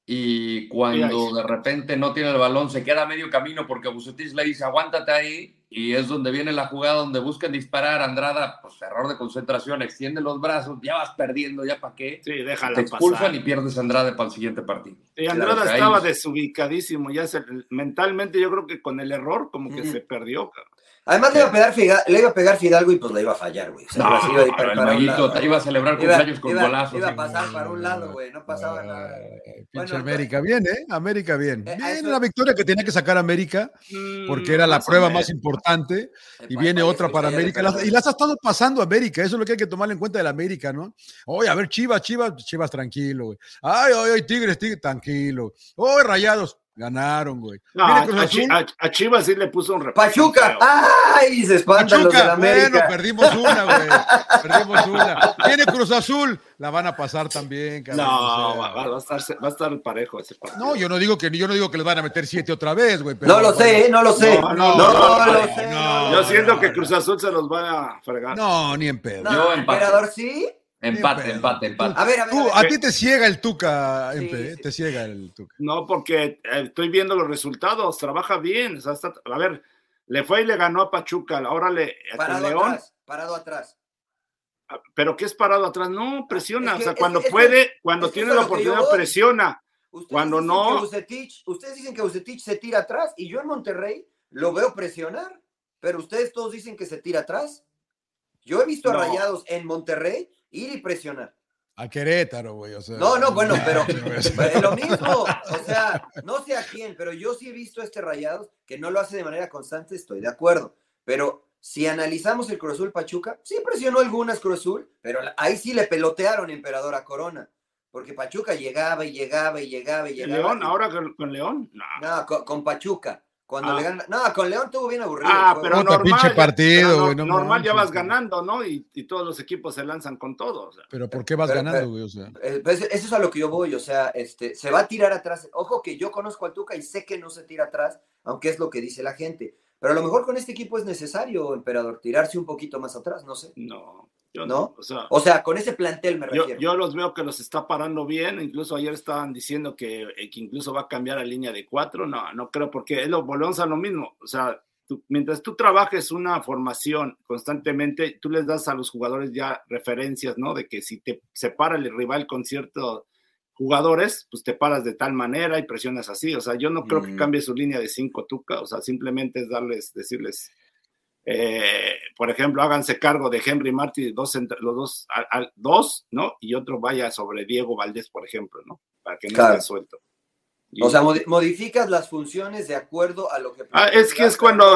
y cuando de repente no tiene el balón, se queda a medio camino porque Vucetich le dice, aguántate ahí, y es donde viene la jugada donde buscan disparar. Andrada, pues error de concentración, extiende los brazos, ya vas perdiendo, ya para qué. Sí, déjala te expulsan pasar. Y pierdes a Andrada para el siguiente partido. Y Andrada estaba desubicadísimo, mentalmente yo creo que con el error como que se perdió, cabrón. Además le iba a pegar Fidalgo y pues le iba a fallar, güey. O sea, el Maguito iba a celebrar cumpleaños con golazos. Iba a pasar para un lado, güey, no pasaba nada. Pinche América, bien, ¿eh? América, bien. Bien, una victoria que tenía que sacar América, porque era la prueba más importante, y viene otra para América. Y las ha estado pasando América, eso es lo que hay que tomar en cuenta de la América, ¿no? Oye, a ver, Chivas, tranquilo, güey. Ay, Tigres, tranquilo. Oye, Rayados. Ganaron, güey. No, a Chivas sí le puso un repaso. ¡Pachuca! ¡Ay! Se espantan los de la América. Bueno, perdimos una, güey. Viene Cruz Azul. La van a pasar también, cabrón. No, va a estar parejo ese partido. No, yo no digo que les van a meter 7 otra vez, güey. No lo sé. No lo sé. Yo siento que Cruz Azul se los va a fregar. No, ni en pedo. No, Emperador sí. Empate. A ver. A ti te ciega el Tuca, sí. Te ciega el Tuca. No, porque estoy viendo los resultados, trabaja bien. O sea, a ver, le fue y le ganó a Pachuca, ahora parado atrás. ¿Pero qué es parado atrás? No, presiona, cuando tiene la oportunidad presiona. Cuando no... Ustedes dicen que Vucetich se tira atrás y yo en Monterrey lo veo presionar, pero ustedes todos dicen que se tira atrás. Yo he visto a Rayados en Monterrey ir y presionar. A Querétaro, güey, o sea. No, bueno, pero es lo mismo. O sea, no sé a quién, pero yo sí he visto a Rayados que no lo hace de manera constante, estoy de acuerdo. Pero si analizamos el Cruz Azul Pachuca, sí presionó algunas Cruz Azul, pero ahí sí le pelotearon Emperador a Corona. Porque Pachuca llegaba. ¿León? ¿Ahora con León? No, con Pachuca. Cuando le ganan. No, con León estuvo bien aburrido. Pero normal. Pinche partido, güey. Normal ya vas ganando, ¿no? Y todos los equipos se lanzan con todo. O sea. Pero ¿por qué vas ganando, güey? O sea. Eso es a lo que yo voy. O sea, se va a tirar atrás. Ojo que yo conozco al Tuca y sé que no se tira atrás, aunque es lo que dice la gente. Pero a lo mejor con este equipo es necesario, Emperador, tirarse un poquito más atrás, no sé. No. ¿No? O sea, con ese plantel me refiero. Yo los veo que los está parando bien, incluso ayer estaban diciendo que incluso va a cambiar a línea de 4, no creo, porque volvemos a lo mismo, o sea, mientras tú trabajes una formación constantemente, tú les das a los jugadores ya referencias, ¿no? De que si te separa el rival con ciertos jugadores, pues te paras de tal manera y presionas así, o sea, yo no creo que cambie su línea de 5 Tuca, o sea, simplemente es decirles... por ejemplo, háganse cargo de Henry Martin, los dos, ¿no? Y otro vaya sobre Diego Valdés, por ejemplo, ¿no? Para que no esté suelto. O sea, modificas las funciones de acuerdo a lo que... es que es cuando...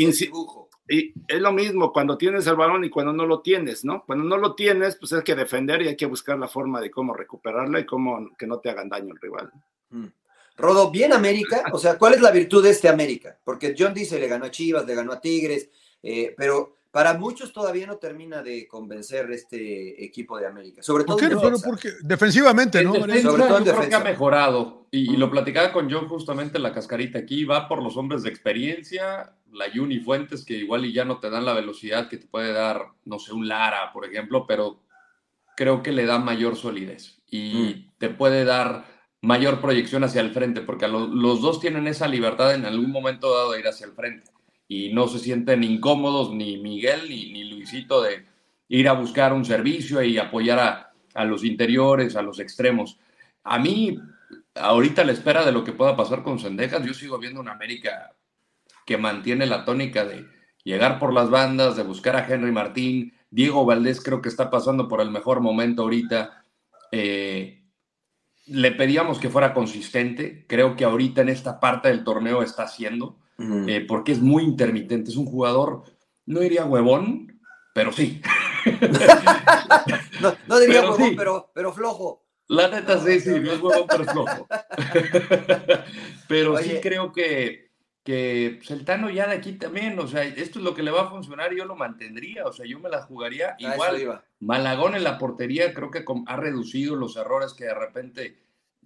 Y es lo mismo cuando tienes el balón y cuando no lo tienes, ¿no? Cuando no lo tienes, pues hay que defender y hay que buscar la forma de cómo recuperarla y cómo que no te hagan daño el rival. Rodo, bien América, o sea, ¿cuál es la virtud de este América? Porque John dice, le ganó a Chivas, le ganó a Tigres, pero para muchos todavía no termina de convencer este equipo de América. Sobre todo porque defensivamente, ¿no? Sobre todo yo creo que ha mejorado. Y lo platicaba con John justamente en la cascarita aquí. Va por los hombres de experiencia, la Juni Fuentes, que igual y ya no te dan la velocidad que te puede dar, no sé, un Lara, por ejemplo, pero creo que le da mayor solidez y te puede dar mayor proyección hacia el frente, porque los dos tienen esa libertad en algún momento dado de ir hacia el frente. Y no se sienten incómodos ni Miguel ni Luisito de ir a buscar un servicio y apoyar a los interiores, a los extremos. A mí, ahorita a la espera de lo que pueda pasar con Zendejas, yo sigo viendo una América que mantiene la tónica de llegar por las bandas, de buscar a Henry Martín. Diego Valdés creo que está pasando por el mejor momento ahorita. Le pedíamos que fuera consistente. Creo que ahorita en esta parte del torneo está haciendo. Porque es muy intermitente, es un jugador, no diría huevón, pero sí. no diría pero huevón, sí. pero flojo. La neta sí, no es huevón, pero es flojo. Pero sí creo que el Tano ya de aquí también, o sea, esto es lo que le va a funcionar, yo lo mantendría, o sea, yo me la jugaría igual. Malagón en la portería creo que ha reducido los errores que de repente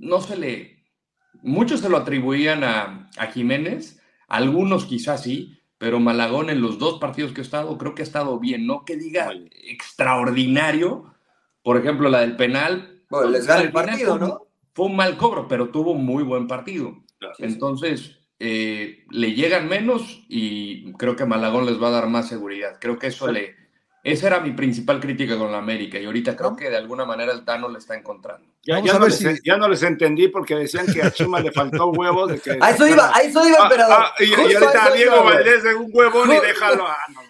muchos se lo atribuían a Jiménez. Algunos quizás sí, pero Malagón en los 2 partidos que ha estado, creo que ha estado bien, no que diga extraordinario. Por ejemplo, la del penal. Bueno, les gana el partido, ¿no? fue un mal cobro, pero tuvo un muy buen partido. Entonces, le llegan menos y creo que Malagón les va a dar más seguridad. Creo que esa era mi principal crítica con la América y ahorita creo que de alguna manera el Tano le está encontrando. Ya no les entendí porque decían que a Chima le faltó huevos. De que a eso iba, emperador. Y ahorita Diego Valdés de un huevón y déjalo.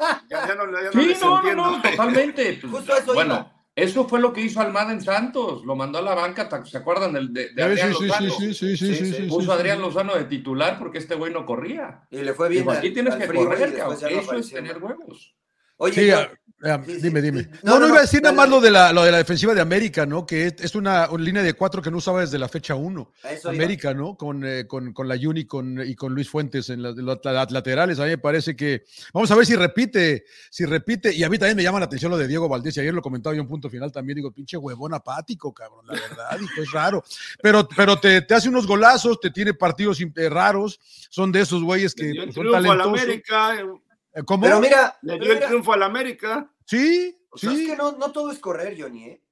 No, totalmente. Bueno, eso fue lo que hizo Almada en Santos, lo mandó a la banca, ¿se acuerdan de Adrián Lozano? Sí. Puso a Adrián Lozano de titular porque este güey no corría. Y le fue bien. Aquí tienes que correr, cabrón. Eso es tener huevos. Oye, dime. No, iba a decir nada más lo de la defensiva de América, ¿no? Que es una línea de 4 que no usaba desde la fecha 1. América, ¿no? Con la Juni y con Luis Fuentes en las laterales. A mí me parece que vamos a ver si repite. Y a mí también me llama la atención lo de Diego Valdés. Y ayer lo comentaba yo en punto final también. Digo, pinche huevón apático, cabrón, la verdad. Digo, es raro. Pero te hace unos golazos, te tiene partidos raros. Son de esos güeyes que son talentosos. ¿Cómo? Pero mira, le dio el triunfo al América. Sí. Es que no todo es correr, Johnny, ¿eh?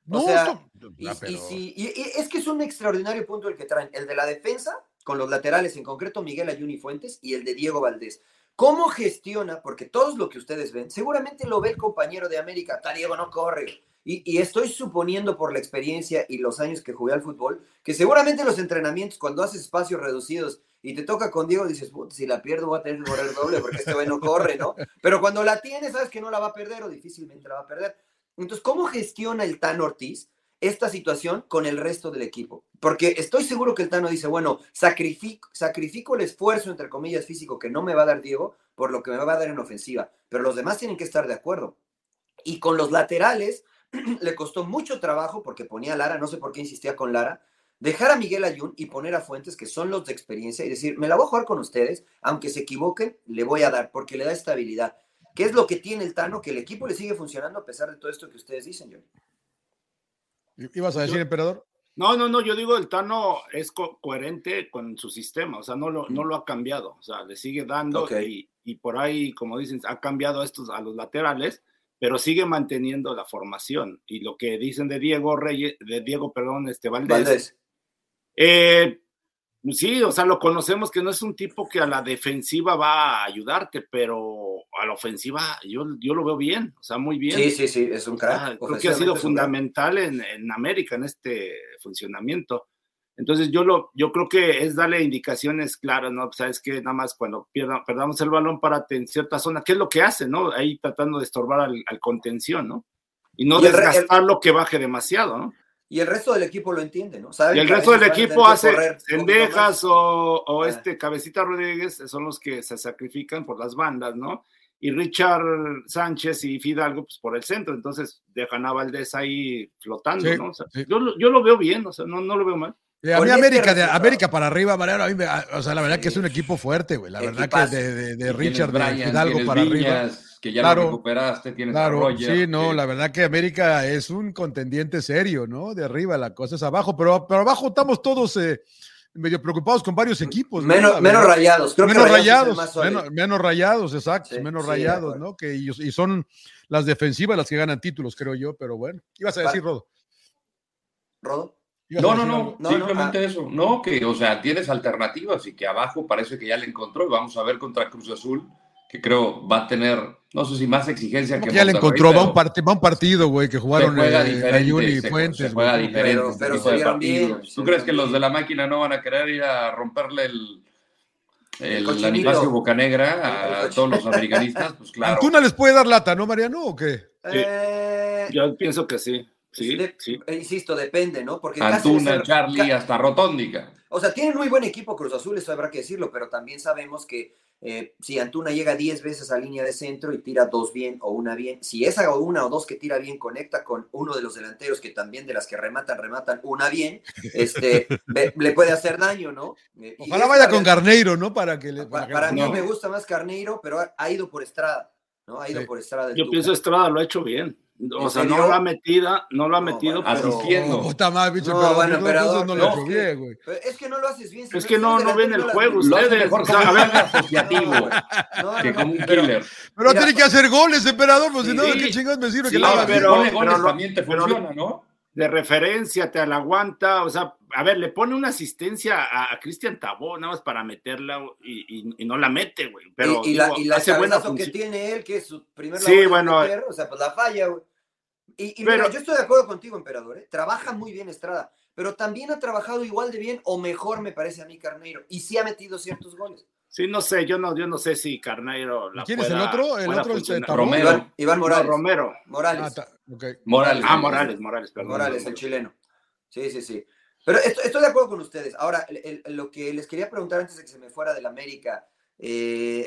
Es que es un extraordinario punto el que traen, el de la defensa, con los laterales, en concreto Miguel Ayun y Fuentes, y el de Diego Valdés. ¿Cómo gestiona? Porque todo lo que ustedes ven, seguramente lo ve el compañero de América, Diego no corre. Y estoy suponiendo por la experiencia y los años que jugué al fútbol, que seguramente los entrenamientos, cuando haces espacios reducidos y te toca con Diego, dices, si la pierdo voy a tener que correr doble porque este güey no corre, ¿no? Pero cuando la tienes, sabes que no la va a perder o difícilmente la va a perder. Entonces, ¿cómo gestiona el Tano Ortiz esta situación con el resto del equipo? Porque estoy seguro que el Tano dice, bueno, sacrifico el esfuerzo, entre comillas, físico que no me va a dar Diego por lo que me va a dar en ofensiva, pero los demás tienen que estar de acuerdo. Y con los laterales le costó mucho trabajo porque ponía a Lara, no sé por qué insistía con Lara, dejar a Miguel Ayun y poner a Fuentes, que son los de experiencia, y decir, me la voy a jugar con ustedes, aunque se equivoquen, le voy a dar, porque le da estabilidad. ¿Qué es lo que tiene el Tano? Que el equipo le sigue funcionando a pesar de todo esto que ustedes dicen, Johnny. ¿Ibas a decir, emperador? No, yo digo, el Tano es coherente con su sistema, o sea, no lo ha cambiado, o sea, le sigue dando, y por ahí, como dicen, ha cambiado a los laterales, pero sigue manteniendo la formación. Y lo que dicen de Valdés. Sí, o sea, lo conocemos que no es un tipo que a la defensiva va a ayudarte, pero a la ofensiva yo lo veo bien, o sea, muy bien. Sí, es un crack. Creo que ha sido fundamental en América, en este funcionamiento. Entonces yo creo que es darle indicaciones claras, ¿no? Pues sabes que nada más cuando perdamos el balón, párate en cierta zona, ¿qué es lo que hace, no? Ahí tratando de estorbar al contención, ¿no? Y no desgastarlo que baje demasiado, ¿no? Y el resto del equipo lo entiende, ¿no? Y el resto del equipo hace Cendejas o Cabecita Rodríguez, son los que se sacrifican por las bandas, ¿no? Y Richard Sánchez y Fidalgo, pues por el centro, entonces dejan a Valdés ahí flotando, ¿no? O sea, yo lo veo bien, o sea, no lo veo mal. A mí América para arriba, Mariano, o sea, la verdad que es un equipo fuerte, güey. La verdad que de Richard, de Fidalgo para arriba. Que ya lo recuperaste, tienes a Roger. Sí, no, la verdad que América es un contendiente serio, ¿no? De arriba la cosa es abajo, pero abajo estamos todos medio preocupados con varios equipos. Menos rayados, creo menos que rayados, menos rayados, exacto, menos rayados, ¿no? Y son las defensivas las que ganan títulos, creo yo, pero bueno. ¿Ibas a decir, Rodo? ¿Rodo? No, simplemente eso. No, que, o sea, tienes alternativas y que abajo parece que ya le encontró y vamos a ver contra Cruz Azul, que creo va a tener, no sé si más exigencia que ya le encontró, va un partido, güey, que jugaron Ayun y Fuentes. Se juega diferente. Pero se vieron bien. ¿Tú crees que los de la máquina no van a querer ir a romperle el Anifasio Bocanegra a todos los americanistas? Pues claro. ¿Antuna les puede dar lata, no, Mariano, o qué? Yo pienso que sí. Sí. Insisto, depende, ¿no? Porque Antuna, Charlie, hasta Rotóndiga. O sea, tienen muy buen equipo Cruz Azul, eso habrá que decirlo, pero también sabemos que si Antuna llega 10 veces a línea de centro y tira 2 bien o 1 bien, si esa o 1 o 2 que tira bien conecta con uno de los delanteros que también de las que rematan 1 bien, le puede hacer daño, ¿no? Ojalá vaya con Carneiro, ¿no? Para mí me gusta más Carneiro, pero ha ido por Estrada, ¿no? Ha ido por Estrada. Yo pienso Estrada lo ha hecho bien. O sea, no lo ha metido, pero asistiendo. No lo hecho bien, güey. Es que no lo haces bien. Es que no ven el juego. Ustedes mejor asociativo que como un killer. Pero tiene que hacer goles, emperador, pues si no, ¿qué chingados me sirve que la haga? Pero también te funciona, ¿no? de referencia, te la aguanta, o sea, a ver, le pone una asistencia a Cristian Tabó, nada más para meterla y no la mete, güey. Pero y la hace buena función que función. tiene él, que es su primer Sí, bueno, meter, o sea, pues la falla, güey. Y pero, mira, yo estoy de acuerdo contigo, Emperador, ¿eh? Trabaja muy bien Estrada, pero también ha trabajado igual de bien o mejor, me parece a mí, Carneiro, y sí ha metido ciertos goles. Sí, no sé, yo no sé si Carneiro la ¿Quién es el otro? El otro es Romero. Iván Morales. No, Romero. Morales. Okay. Morales, perdón. Morales, el chileno. Sí. Pero estoy de acuerdo con ustedes. Ahora, lo que les quería preguntar antes de que se me fuera del América, Se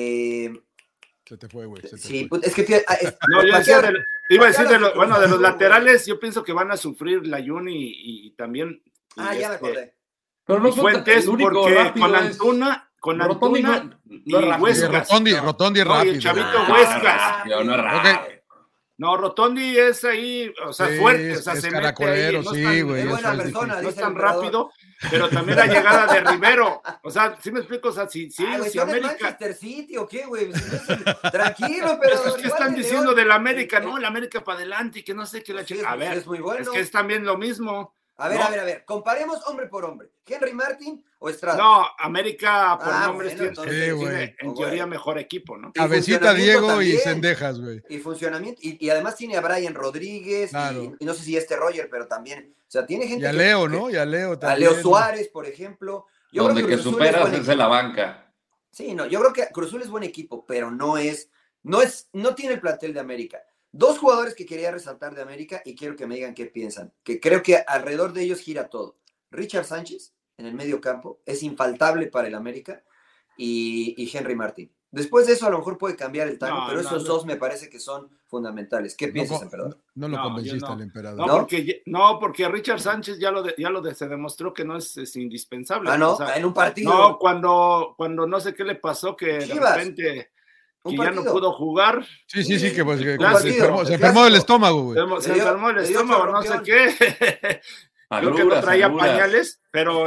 te fue, güey. Sí, pues, es que... no, yo decía iba a decir de los laterales, yo pienso que van a sufrir Layún y también... ya me acordé. Pero no Fuentes, porque con Antuna y Huescas. Rotondi es rápido. Y el chavito Huescas. No es rápido. No, Rotondi es ahí, o sea, fuerte, o sea, se mete ahí, no sí, güey. Es buena persona, no es tan rápido, pero también la llegada de Rivero, o sea, ¿sí me explico? O sea, si América... ¿Manchester City o qué, güey? Tranquilo, pero... Es que están diciendo del América, no, el América para adelante y que no sé qué la chica. A ver, es muy bueno. Es que es también lo mismo. A ver, comparemos hombre por hombre. ¿Henry Martin o Estrada? No, América por nombres tiene en teoría mejor equipo, ¿no? Cabecita Diego y Cendejas, güey. Y funcionamiento, y además tiene a Brian Rodríguez, claro. y no sé si Roger, pero también, o sea, tiene gente... Y a Leo, ¿no? Y a Leo también. A Leo Suárez, por ejemplo. Yo donde creo que superas es la banca. Sí, no, yo creo que Cruz Azul es buen equipo, pero no tiene el plantel de América. Dos jugadores que quería resaltar de América y quiero que me digan qué piensan, que creo que alrededor de ellos gira todo. Richard Sánchez en el medio campo es infaltable para el América y Henry Martín. Después de eso a lo mejor puede cambiar el timing, pero esos dos me parece que son fundamentales. ¿Qué piensas, Emperador? No lo convenciste al Emperador. Porque Richard Sánchez se demostró que no es indispensable. ¿no? O sea, en un partido. No, cuando no sé qué le pasó, que Chivas. de repente... Que ya no pudo jugar. Sí, que pues se enfermó del estómago, güey. Se enfermó el estómago, no sé qué. Creo que no traía pañales, pero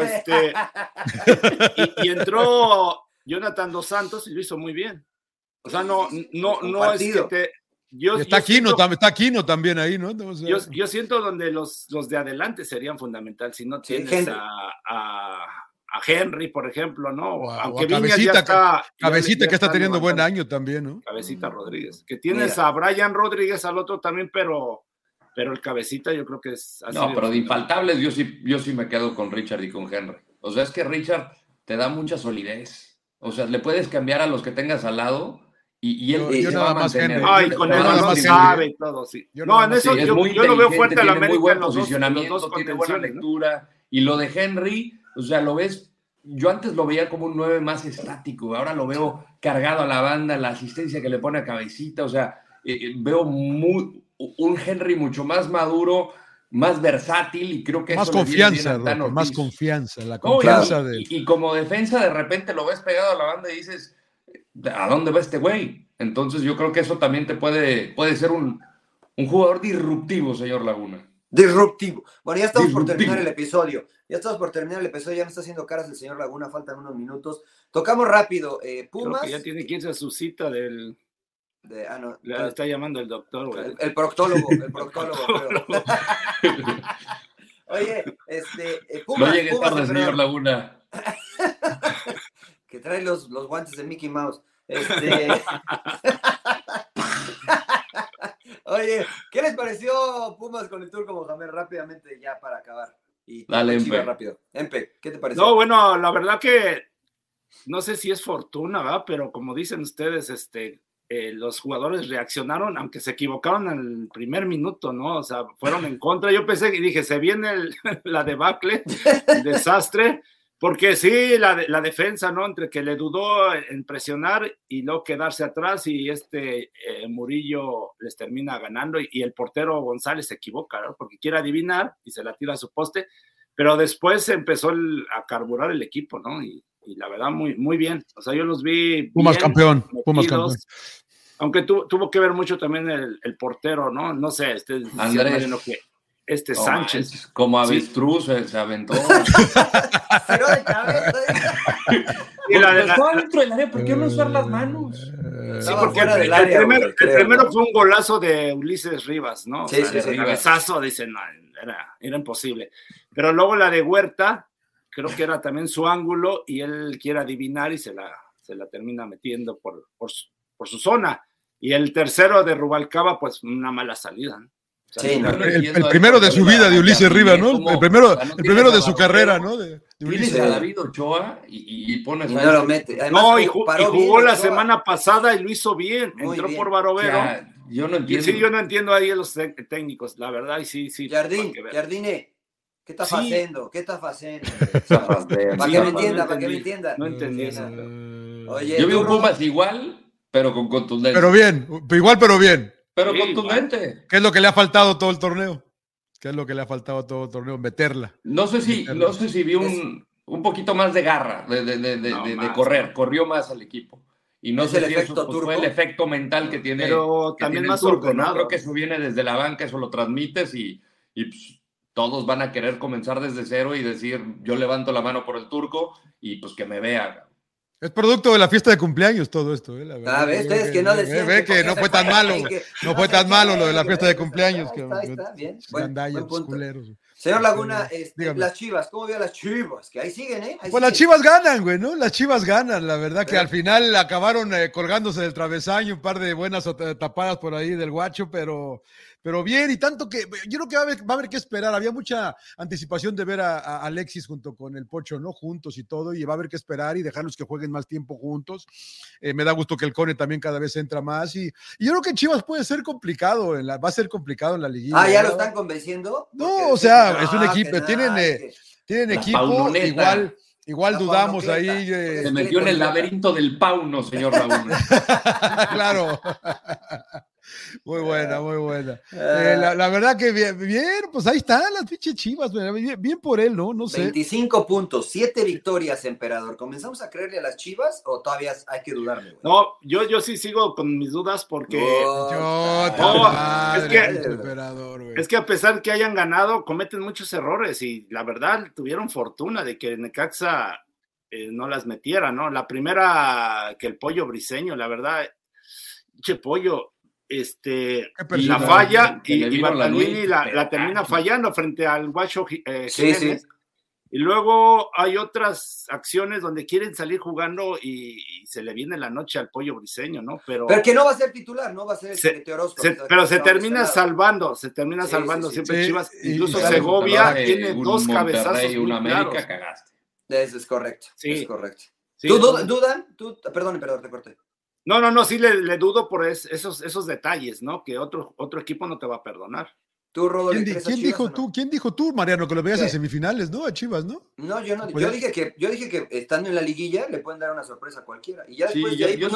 y entró Jonathan Dos Santos y lo hizo muy bien. O sea, no es que te... Está Aquino también ahí, ¿no? O sea, yo siento donde los de adelante serían fundamental si no tienes a Henry, por ejemplo, ¿no? Aunque Cabecita que está teniendo buen año también, ¿no? Cabecita Rodríguez. Que tienes a Brian Rodríguez al otro también, pero el Cabecita yo creo que es así. No, pero de infaltables yo sí me quedo con Richard y con Henry. O sea, es que Richard te da mucha solidez. O sea, le puedes cambiar a los que tengas al lado y él se va a mantener. Ay, con él no sabe y todo, sí. No, en eso yo lo veo fuerte a la América. Tiene muy buen posicionamiento, tiene buena lectura. Y lo de Henry... O sea, lo ves, yo antes lo veía como un 9 más estático, ahora lo veo cargado a la banda, la asistencia que le pone a Cabecita, o sea, veo un Henry mucho más maduro, más versátil y creo que más eso confianza, más confianza, la confianza y como defensa de repente lo ves pegado a la banda y dices, ¿a dónde va este güey? Entonces yo creo que eso también te puede ser un jugador disruptivo, señor Laguna. Disruptivo. Bueno, ya estamos por terminar el episodio. Ya me está haciendo caras el señor Laguna, faltan unos minutos. Tocamos rápido. Pumas. Creo que ya tiene que irse a su cita del... no. Le está llamando el doctor, güey. El proctólogo. Creo. Oye, Pumas. No llegue tarde, señor Laguna. Que trae los guantes de Mickey Mouse. Oye, ¿qué les pareció Pumas con el Turco Mohamed? Rápidamente ya para acabar. Y dale, Empe. Rápido. Empe, ¿qué te pareció? No, bueno, la verdad que no sé si es fortuna, ¿verdad? Pero como dicen ustedes, los jugadores reaccionaron, aunque se equivocaron en el primer minuto, ¿no? O sea, fueron en contra. Yo pensé y dije, se viene la debacle, el desastre. Porque sí, la defensa, ¿no? Entre que le dudó en presionar y no quedarse atrás y Murillo les termina ganando y el portero González se equivoca, ¿no? Porque quiere adivinar y se la tira a su poste, pero después empezó a carburar el equipo, ¿no? Y la verdad, muy, muy bien. O sea, yo los vi Pumas bien campeón, metidos, Pumas campeón. Aunque tuvo que ver mucho también el portero, ¿no? No sé, Andrés. que Sánchez. Como avestruz se aventó. Pero de cabeza. Y la de estaba dentro del área, ¿por qué no usar las manos? Sí, porque el primero fue un golazo de Ulises Rivas, ¿no? Sí, de cabezazo, dicen, no, era imposible. Pero luego la de Huerta, creo que era también su ángulo, y él quiere adivinar y se la termina metiendo por su zona. Y el tercero de Rubalcaba, pues una mala salida, ¿no? O sea, Sí, el primero de su vida de Ulises Rivas, ¿no? El primero de su carrera, ¿no? De Tienes a David Ochoa y pones y no lo mete. Además, no, y jugó la semana pasada y lo hizo bien. Entró por Barovero. O sea, yo no entiendo. Sí, yo no entiendo ahí los técnicos, la verdad, y sí. Jardine, ¿qué estás haciendo? ¿Qué estás haciendo? Para que me entienda. No entendí eso. Oye, yo vi un Pumas igual, pero con contundencia. Pero bien, igual pero bien. Pero contundente. ¿Qué es lo que le ha faltado todo el torneo? Meterla. No sé si vi un poquito más de garra, de correr. Corrió más al equipo. Y no sé si eso fue el efecto mental que tiene. Pero también más ordenado. ¿no? Creo que eso viene desde la banca, eso lo transmites y pues, todos van a querer comenzar desde cero y decir, yo levanto la mano por el Turco y pues que me vea. Es producto de la fiesta de cumpleaños todo esto, la verdad. ¿Ves? Ustedes que no decían. Ve que no fue tan malo. No fue tan malo lo de la fiesta de cumpleaños. Está bien. Buen punto. Señor Laguna, las Chivas, ¿cómo vio a las Chivas? Que ahí siguen, ¿eh? Pues las Chivas ganan, güey, ¿no? Las Chivas ganan, la verdad que al final acabaron colgándose del travesaño, un par de buenas tapadas por ahí del Guacho, pero bien, y tanto que yo creo que va a haber que esperar. Había mucha anticipación de ver a Alexis junto con el Pocho, ¿no? Juntos y todo, y va a haber que esperar y dejarlos que jueguen más tiempo juntos. Me da gusto que el Cone también cada vez entra más, y yo creo que Chivas puede ser complicado, va a ser complicado en la liguilla. Ah, ¿ya lo están convenciendo? No, o sea, es un equipo, tienen equipo, igual dudamos ahí. Se metió en el laberinto del Pauno, señor Laguna. Claro. Muy buena. La verdad que bien, pues ahí están las pinches Chivas, bien por él, ¿no? No sé. 25 puntos, 7 victorias, emperador. ¿Comenzamos a creerle a las Chivas o todavía hay que dudarle, güey? No, yo sí sigo con mis dudas porque... Es que a pesar que hayan ganado, cometen muchos errores y la verdad tuvieron fortuna de que Necaxa no las metiera, ¿no? La primera que el Pollo Briseño, la verdad, Pollo... y la falla y Bartolini la termina fallando frente al Guacho Jiménez. Sí. Y luego hay otras acciones donde quieren salir jugando y se le viene la noche al Pollo Briseño, ¿no? Pero que no va a ser titular, no va a ser Orozco. Pero se termina salvando siempre Chivas. Incluso Segovia tiene dos cabezazos muy claros. Cagaste. Eso es correcto. Sí. Es correcto. Sí, ¿Tú dudan? Perdón, te corté. No, sí le dudo por esos detalles, ¿no? Que otro equipo no te va a perdonar. ¿Tú, Rodolfo? ¿Quién dijo tú, Mariano, que lo veías en semifinales, ¿no? A Chivas, ¿no? No, yo no. Yo dije que estando en la liguilla le pueden dar una sorpresa a cualquiera. Y ya después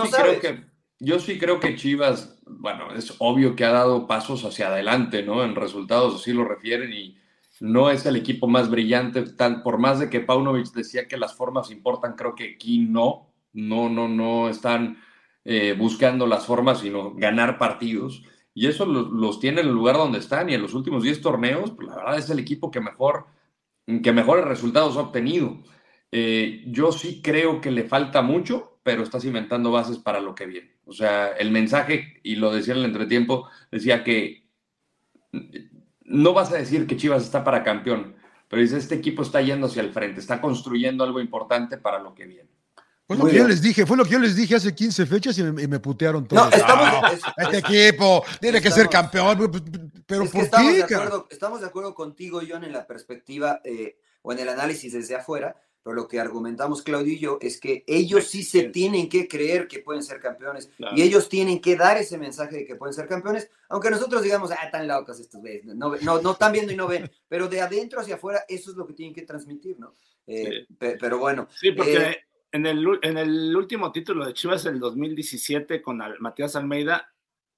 yo sí creo que Chivas, bueno, es obvio que ha dado pasos hacia adelante, ¿no? En resultados así lo refieren y no es el equipo más brillante, por más de que Paunovic decía que las formas importan, creo que aquí no están buscando las formas, sino ganar partidos. Y eso los tiene en el lugar donde están. Y en los últimos 10 torneos, pues, la verdad es el equipo que mejores resultados ha obtenido. Yo sí creo que le falta mucho, pero está cimentando bases para lo que viene. O sea, el mensaje, y lo decía en el entretiempo, decía que no vas a decir que Chivas está para campeón, pero dice, este equipo está yendo hacia el frente, está construyendo algo importante para lo que viene. Fue lo que yo les dije hace 15 fechas y me putearon todos. Este equipo tiene que ser campeón. Pero ¿por qué? Estamos de acuerdo contigo, John, en la perspectiva o en el análisis desde afuera, pero lo que argumentamos Claudio y yo es que ellos sí se tienen que creer que pueden ser campeones, claro. Y ellos tienen que dar ese mensaje de que pueden ser campeones, aunque nosotros digamos, tan locos estos güeyes, no están viendo y no ven, pero de adentro hacia afuera eso es lo que tienen que transmitir, ¿no? Pero bueno. Sí, porque en el último título de Chivas del 2017 con Matías Almeida,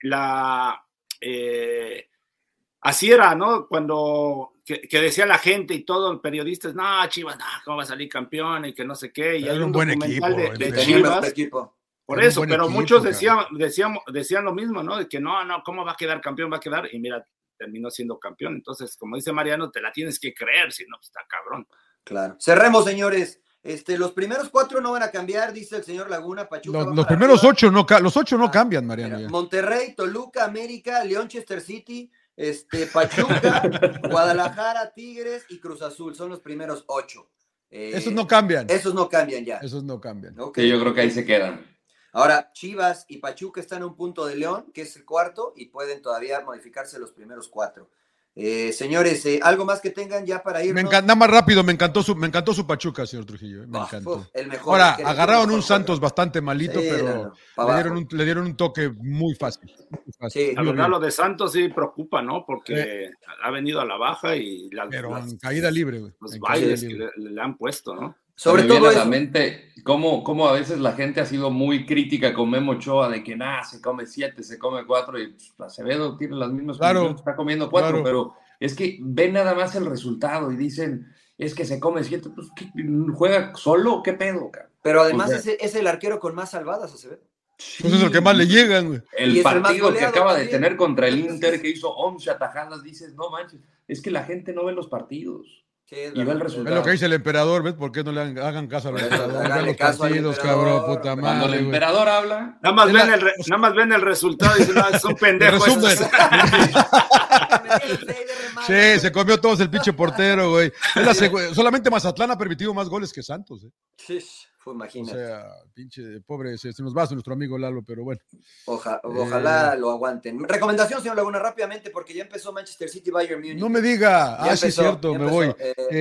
así era, ¿no? Cuando que decía la gente y todo, el periodista, no, Chivas, no, ¿cómo va a salir campeón? Y que no sé qué. Y hay un buen equipo de Chivas. Por eso, pero muchos decían lo mismo, ¿no? De que no, ¿cómo va a quedar campeón? Va a quedar, y mira, terminó siendo campeón. Entonces, como dice Mariano, te la tienes que creer, si no, pues está cabrón. Claro. Cerremos, señores. Los primeros 4 no van a cambiar, dice el señor Laguna. Pachuca Los primeros 8 no, cambian, Mariano. Mira, Monterrey, Toluca, América, León, Chester City, Pachuca, Guadalajara, Tigres y Cruz Azul. Son los primeros 8. Esos no cambian. Esos no cambian ya. Esos no cambian. Okay. Sí, yo creo que ahí se quedan. Ahora, Chivas y Pachuca están a un punto de León, que es el cuarto, y pueden todavía modificarse los primeros 4. Señores, ¿algo más que tengan ya para irnos? Nada más rápido, me encantó su Pachuca, señor Trujillo. Me encantó. El mejor. Ahora, agarraron un Santos bastante malito, sí, pero le dieron un toque muy fácil. Sí, la verdad, lo de Santos sí preocupa, ¿no? Porque ha venido a la baja y pero en caída libre, güey. Los bailes que le han puesto, ¿no? Sobre todo a la mente cómo a veces la gente ha sido muy crítica con Memo Ochoa de que se come 7, se come 4 y pues, Acevedo tiene las mismas condiciones, está comiendo 4, pero es que ven nada más el resultado y dicen, es que se come 7, pues ¿juega solo? ¿Qué pedo, cara? Pero además es el arquero con más salvadas, Acevedo. Sí. Pues es el que más le llegan, güey. El partido que acaba de tener contra el Inter, que hizo 11 atajadas, dices, no manches, es que la gente no ve los partidos. Sí, y ve el resultado. Es lo que dice el emperador, ¿ves? ¿Por qué no le hagan caso al emperador? Háganle caso al emperador, cabrón, puta madre. Cuando el emperador habla, nada más ven el resultado y dicen, es un pendejo. Sí, se comió todos el pinche portero, güey. Solamente Mazatlán ha permitido más goles que Santos, ¿eh? Sí, imagínate. O sea, pinche pobre, se nos va nuestro amigo Lalo, pero bueno. Ojalá lo aguanten. Recomendación, señor Laguna, rápidamente, porque ya empezó Manchester City Bayern Munich. No me diga. Sí, es cierto, me voy.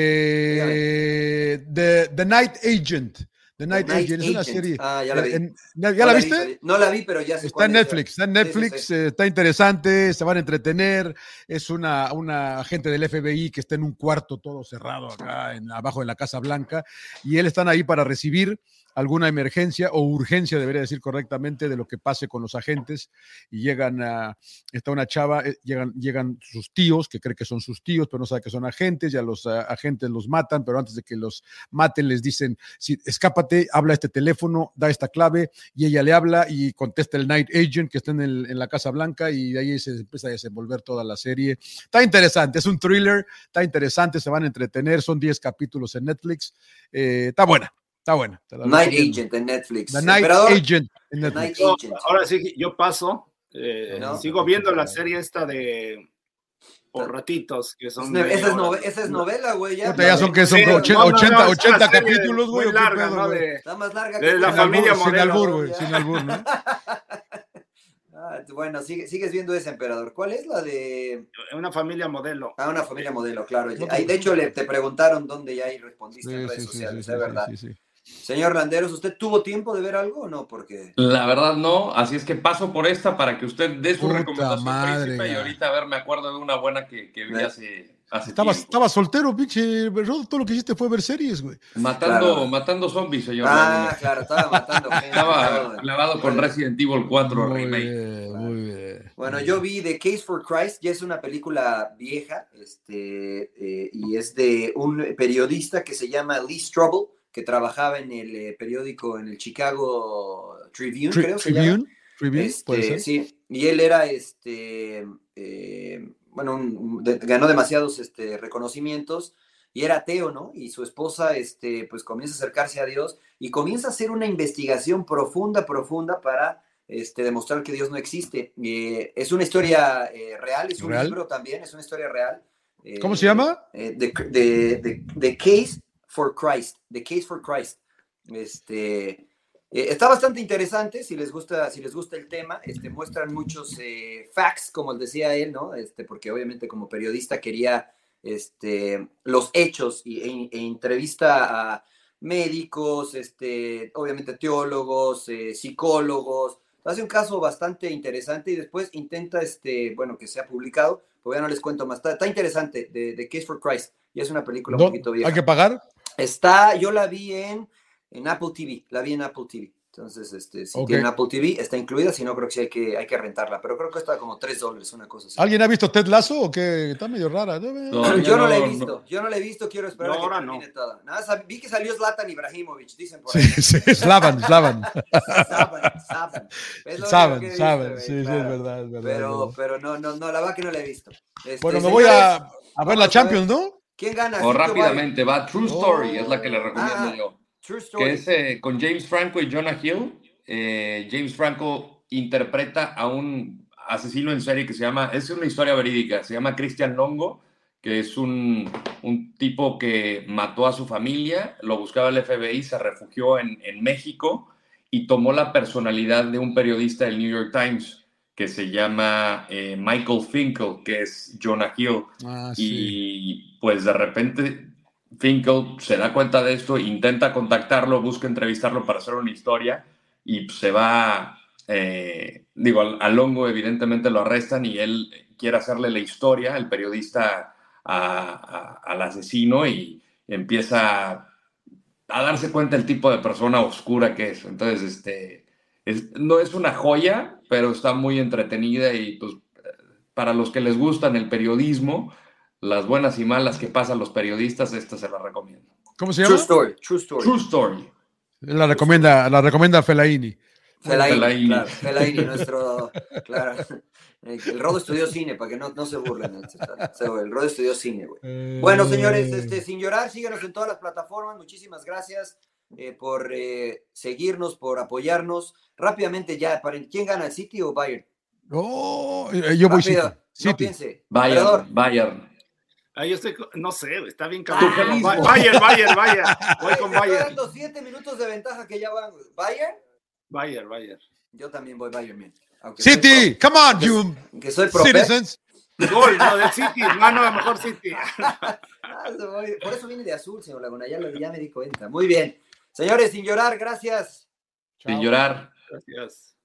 The Night Agent. The Night Agent es una serie. Ya la vi. ¿Ya la viste? No la vi, pero ya sé. Está en Netflix, sí. Está interesante, se van a entretener. Es una agente del FBI que está en un cuarto todo cerrado acá, abajo de la Casa Blanca, y él están ahí para recibir alguna emergencia o urgencia, debería decir correctamente, de lo que pase con los agentes, y está una chava, llegan sus tíos, que cree que son sus tíos, pero no sabe que son agentes, ya los agentes los matan, pero antes de que los maten les dicen, escápate, habla este teléfono, da esta clave, y ella le habla y contesta el Night Agent que está en la Casa Blanca, y de ahí se empieza a desenvolver toda la serie. Está interesante, es un thriller, está interesante, se van a entretener, son 10 capítulos en Netflix, está buena. Está buena. Night Agent en Netflix. The Night Agent en Netflix. Ahora sí, yo paso. Sigo viendo la serie esta de Por Ratitos, que son... Esa es novela, güey. Ya son 80 capítulos, güey. Larga, ¿no? Está más larga de la familia Modelo. Sin albur, güey. Sin albur, ¿no? Bueno, sigues viendo ese, emperador. ¿Cuál es la de...? Una familia modelo. Una familia modelo, claro. Ahí, de hecho, te preguntaron dónde y ahí respondiste en redes sociales, es verdad. Sí. Señor Landeros, ¿usted tuvo tiempo de ver algo o no? Porque la verdad no, así es que paso por esta para que usted dé su recomendación, madre, príncipe, y ahorita me acuerdo de una buena que vi hace Estaba soltero, pinche, todo lo que hiciste fue ver series, güey. Matando zombies, señor. Claro, estaba matando gente. Estaba clavado con Resident Evil 4 Remake. Muy bien. Bueno, yo vi The Case for Christ, ya es una película vieja, y es de un periodista que se llama Lee Strobel, que trabajaba en el periódico, en el Chicago Tribune, creo que se llama. Tribune, puede ser. Sí, y él era, ganó demasiados reconocimientos, y era ateo, ¿no? Y su esposa, pues comienza a acercarse a Dios, y comienza a hacer una investigación profunda para demostrar que Dios no existe. Es una historia real, es un libro también, es una historia real. ¿Cómo se llama? The Case for Christ. The Case for Christ. Está bastante interesante, si les gusta el tema. Muestran muchos facts, como decía él, ¿no? Porque obviamente como periodista quería los hechos e entrevista a médicos, obviamente teólogos, psicólogos. Hace un caso bastante interesante y después intenta, que sea publicado, pero ya no les cuento más. Está interesante, The Case for Christ, y es una película un poquito vieja. ¿Hay que pagar? Yo la vi en Apple TV, Entonces, si tienen Apple TV, está incluida, si no, creo que sí hay que rentarla, pero creo que está como $3, una cosa así. ¿Alguien ha visto Ted Lasso o qué? Está medio rara. Yo no la he visto, quiero esperar a que termine toda. Nada más vi que salió Zlatan Ibrahimovic, dicen por ahí. Sí, Slavan. Saban, sí, es verdad. Pero no, la verdad que no la he visto. Bueno, me voy a ver la Champions, ¿no? ¿Quién gana? O rápidamente, va True Story, es la que le recomiendo yo. True Story. Que es con James Franco y Jonah Hill. James Franco interpreta a un asesino en serie que es una historia verídica, se llama Christian Longo, que es un tipo que mató a su familia, lo buscaba el FBI, se refugió en México y tomó la personalidad de un periodista del New York Times que se llama Michael Finkel, que es Jonah Hill. Y pues de repente Finkel se da cuenta de esto, intenta contactarlo, busca entrevistarlo para hacer una historia y se va, a Longo evidentemente lo arrestan y él quiere hacerle la historia, el periodista, al asesino, y empieza a darse cuenta el tipo de persona oscura que es. Entonces, no es una joya, pero está muy entretenida y pues para los que les gustan el periodismo, las buenas y malas que pasan los periodistas, esta se la recomiendo. ¿Cómo se llama? True Story. La recomienda Fellaini. Fellaini, nuestro, claro. El Rodo estudió cine, para que no se burlen. El Rodo estudió cine, güey. Bueno, señores, sin llorar, síganos en todas las plataformas. Muchísimas gracias por seguirnos, por apoyarnos. Rápidamente ya, ¿quién gana, el City o Bayern? Yo voy City. No piense. Bayern. Yo estoy, no sé, está bien cabrón. Bayern. Voy con Bayern. Estoy dando 7 minutos de ventaja que ya van. Bayern. Yo también voy Bayern. City, come on, you que soy citizens. Gol, no, del City, mano, mejor City. Por eso viene de azul, señor Laguna, ya me di cuenta. Muy bien. Señores, sin llorar, gracias. Sin llorar. Gracias.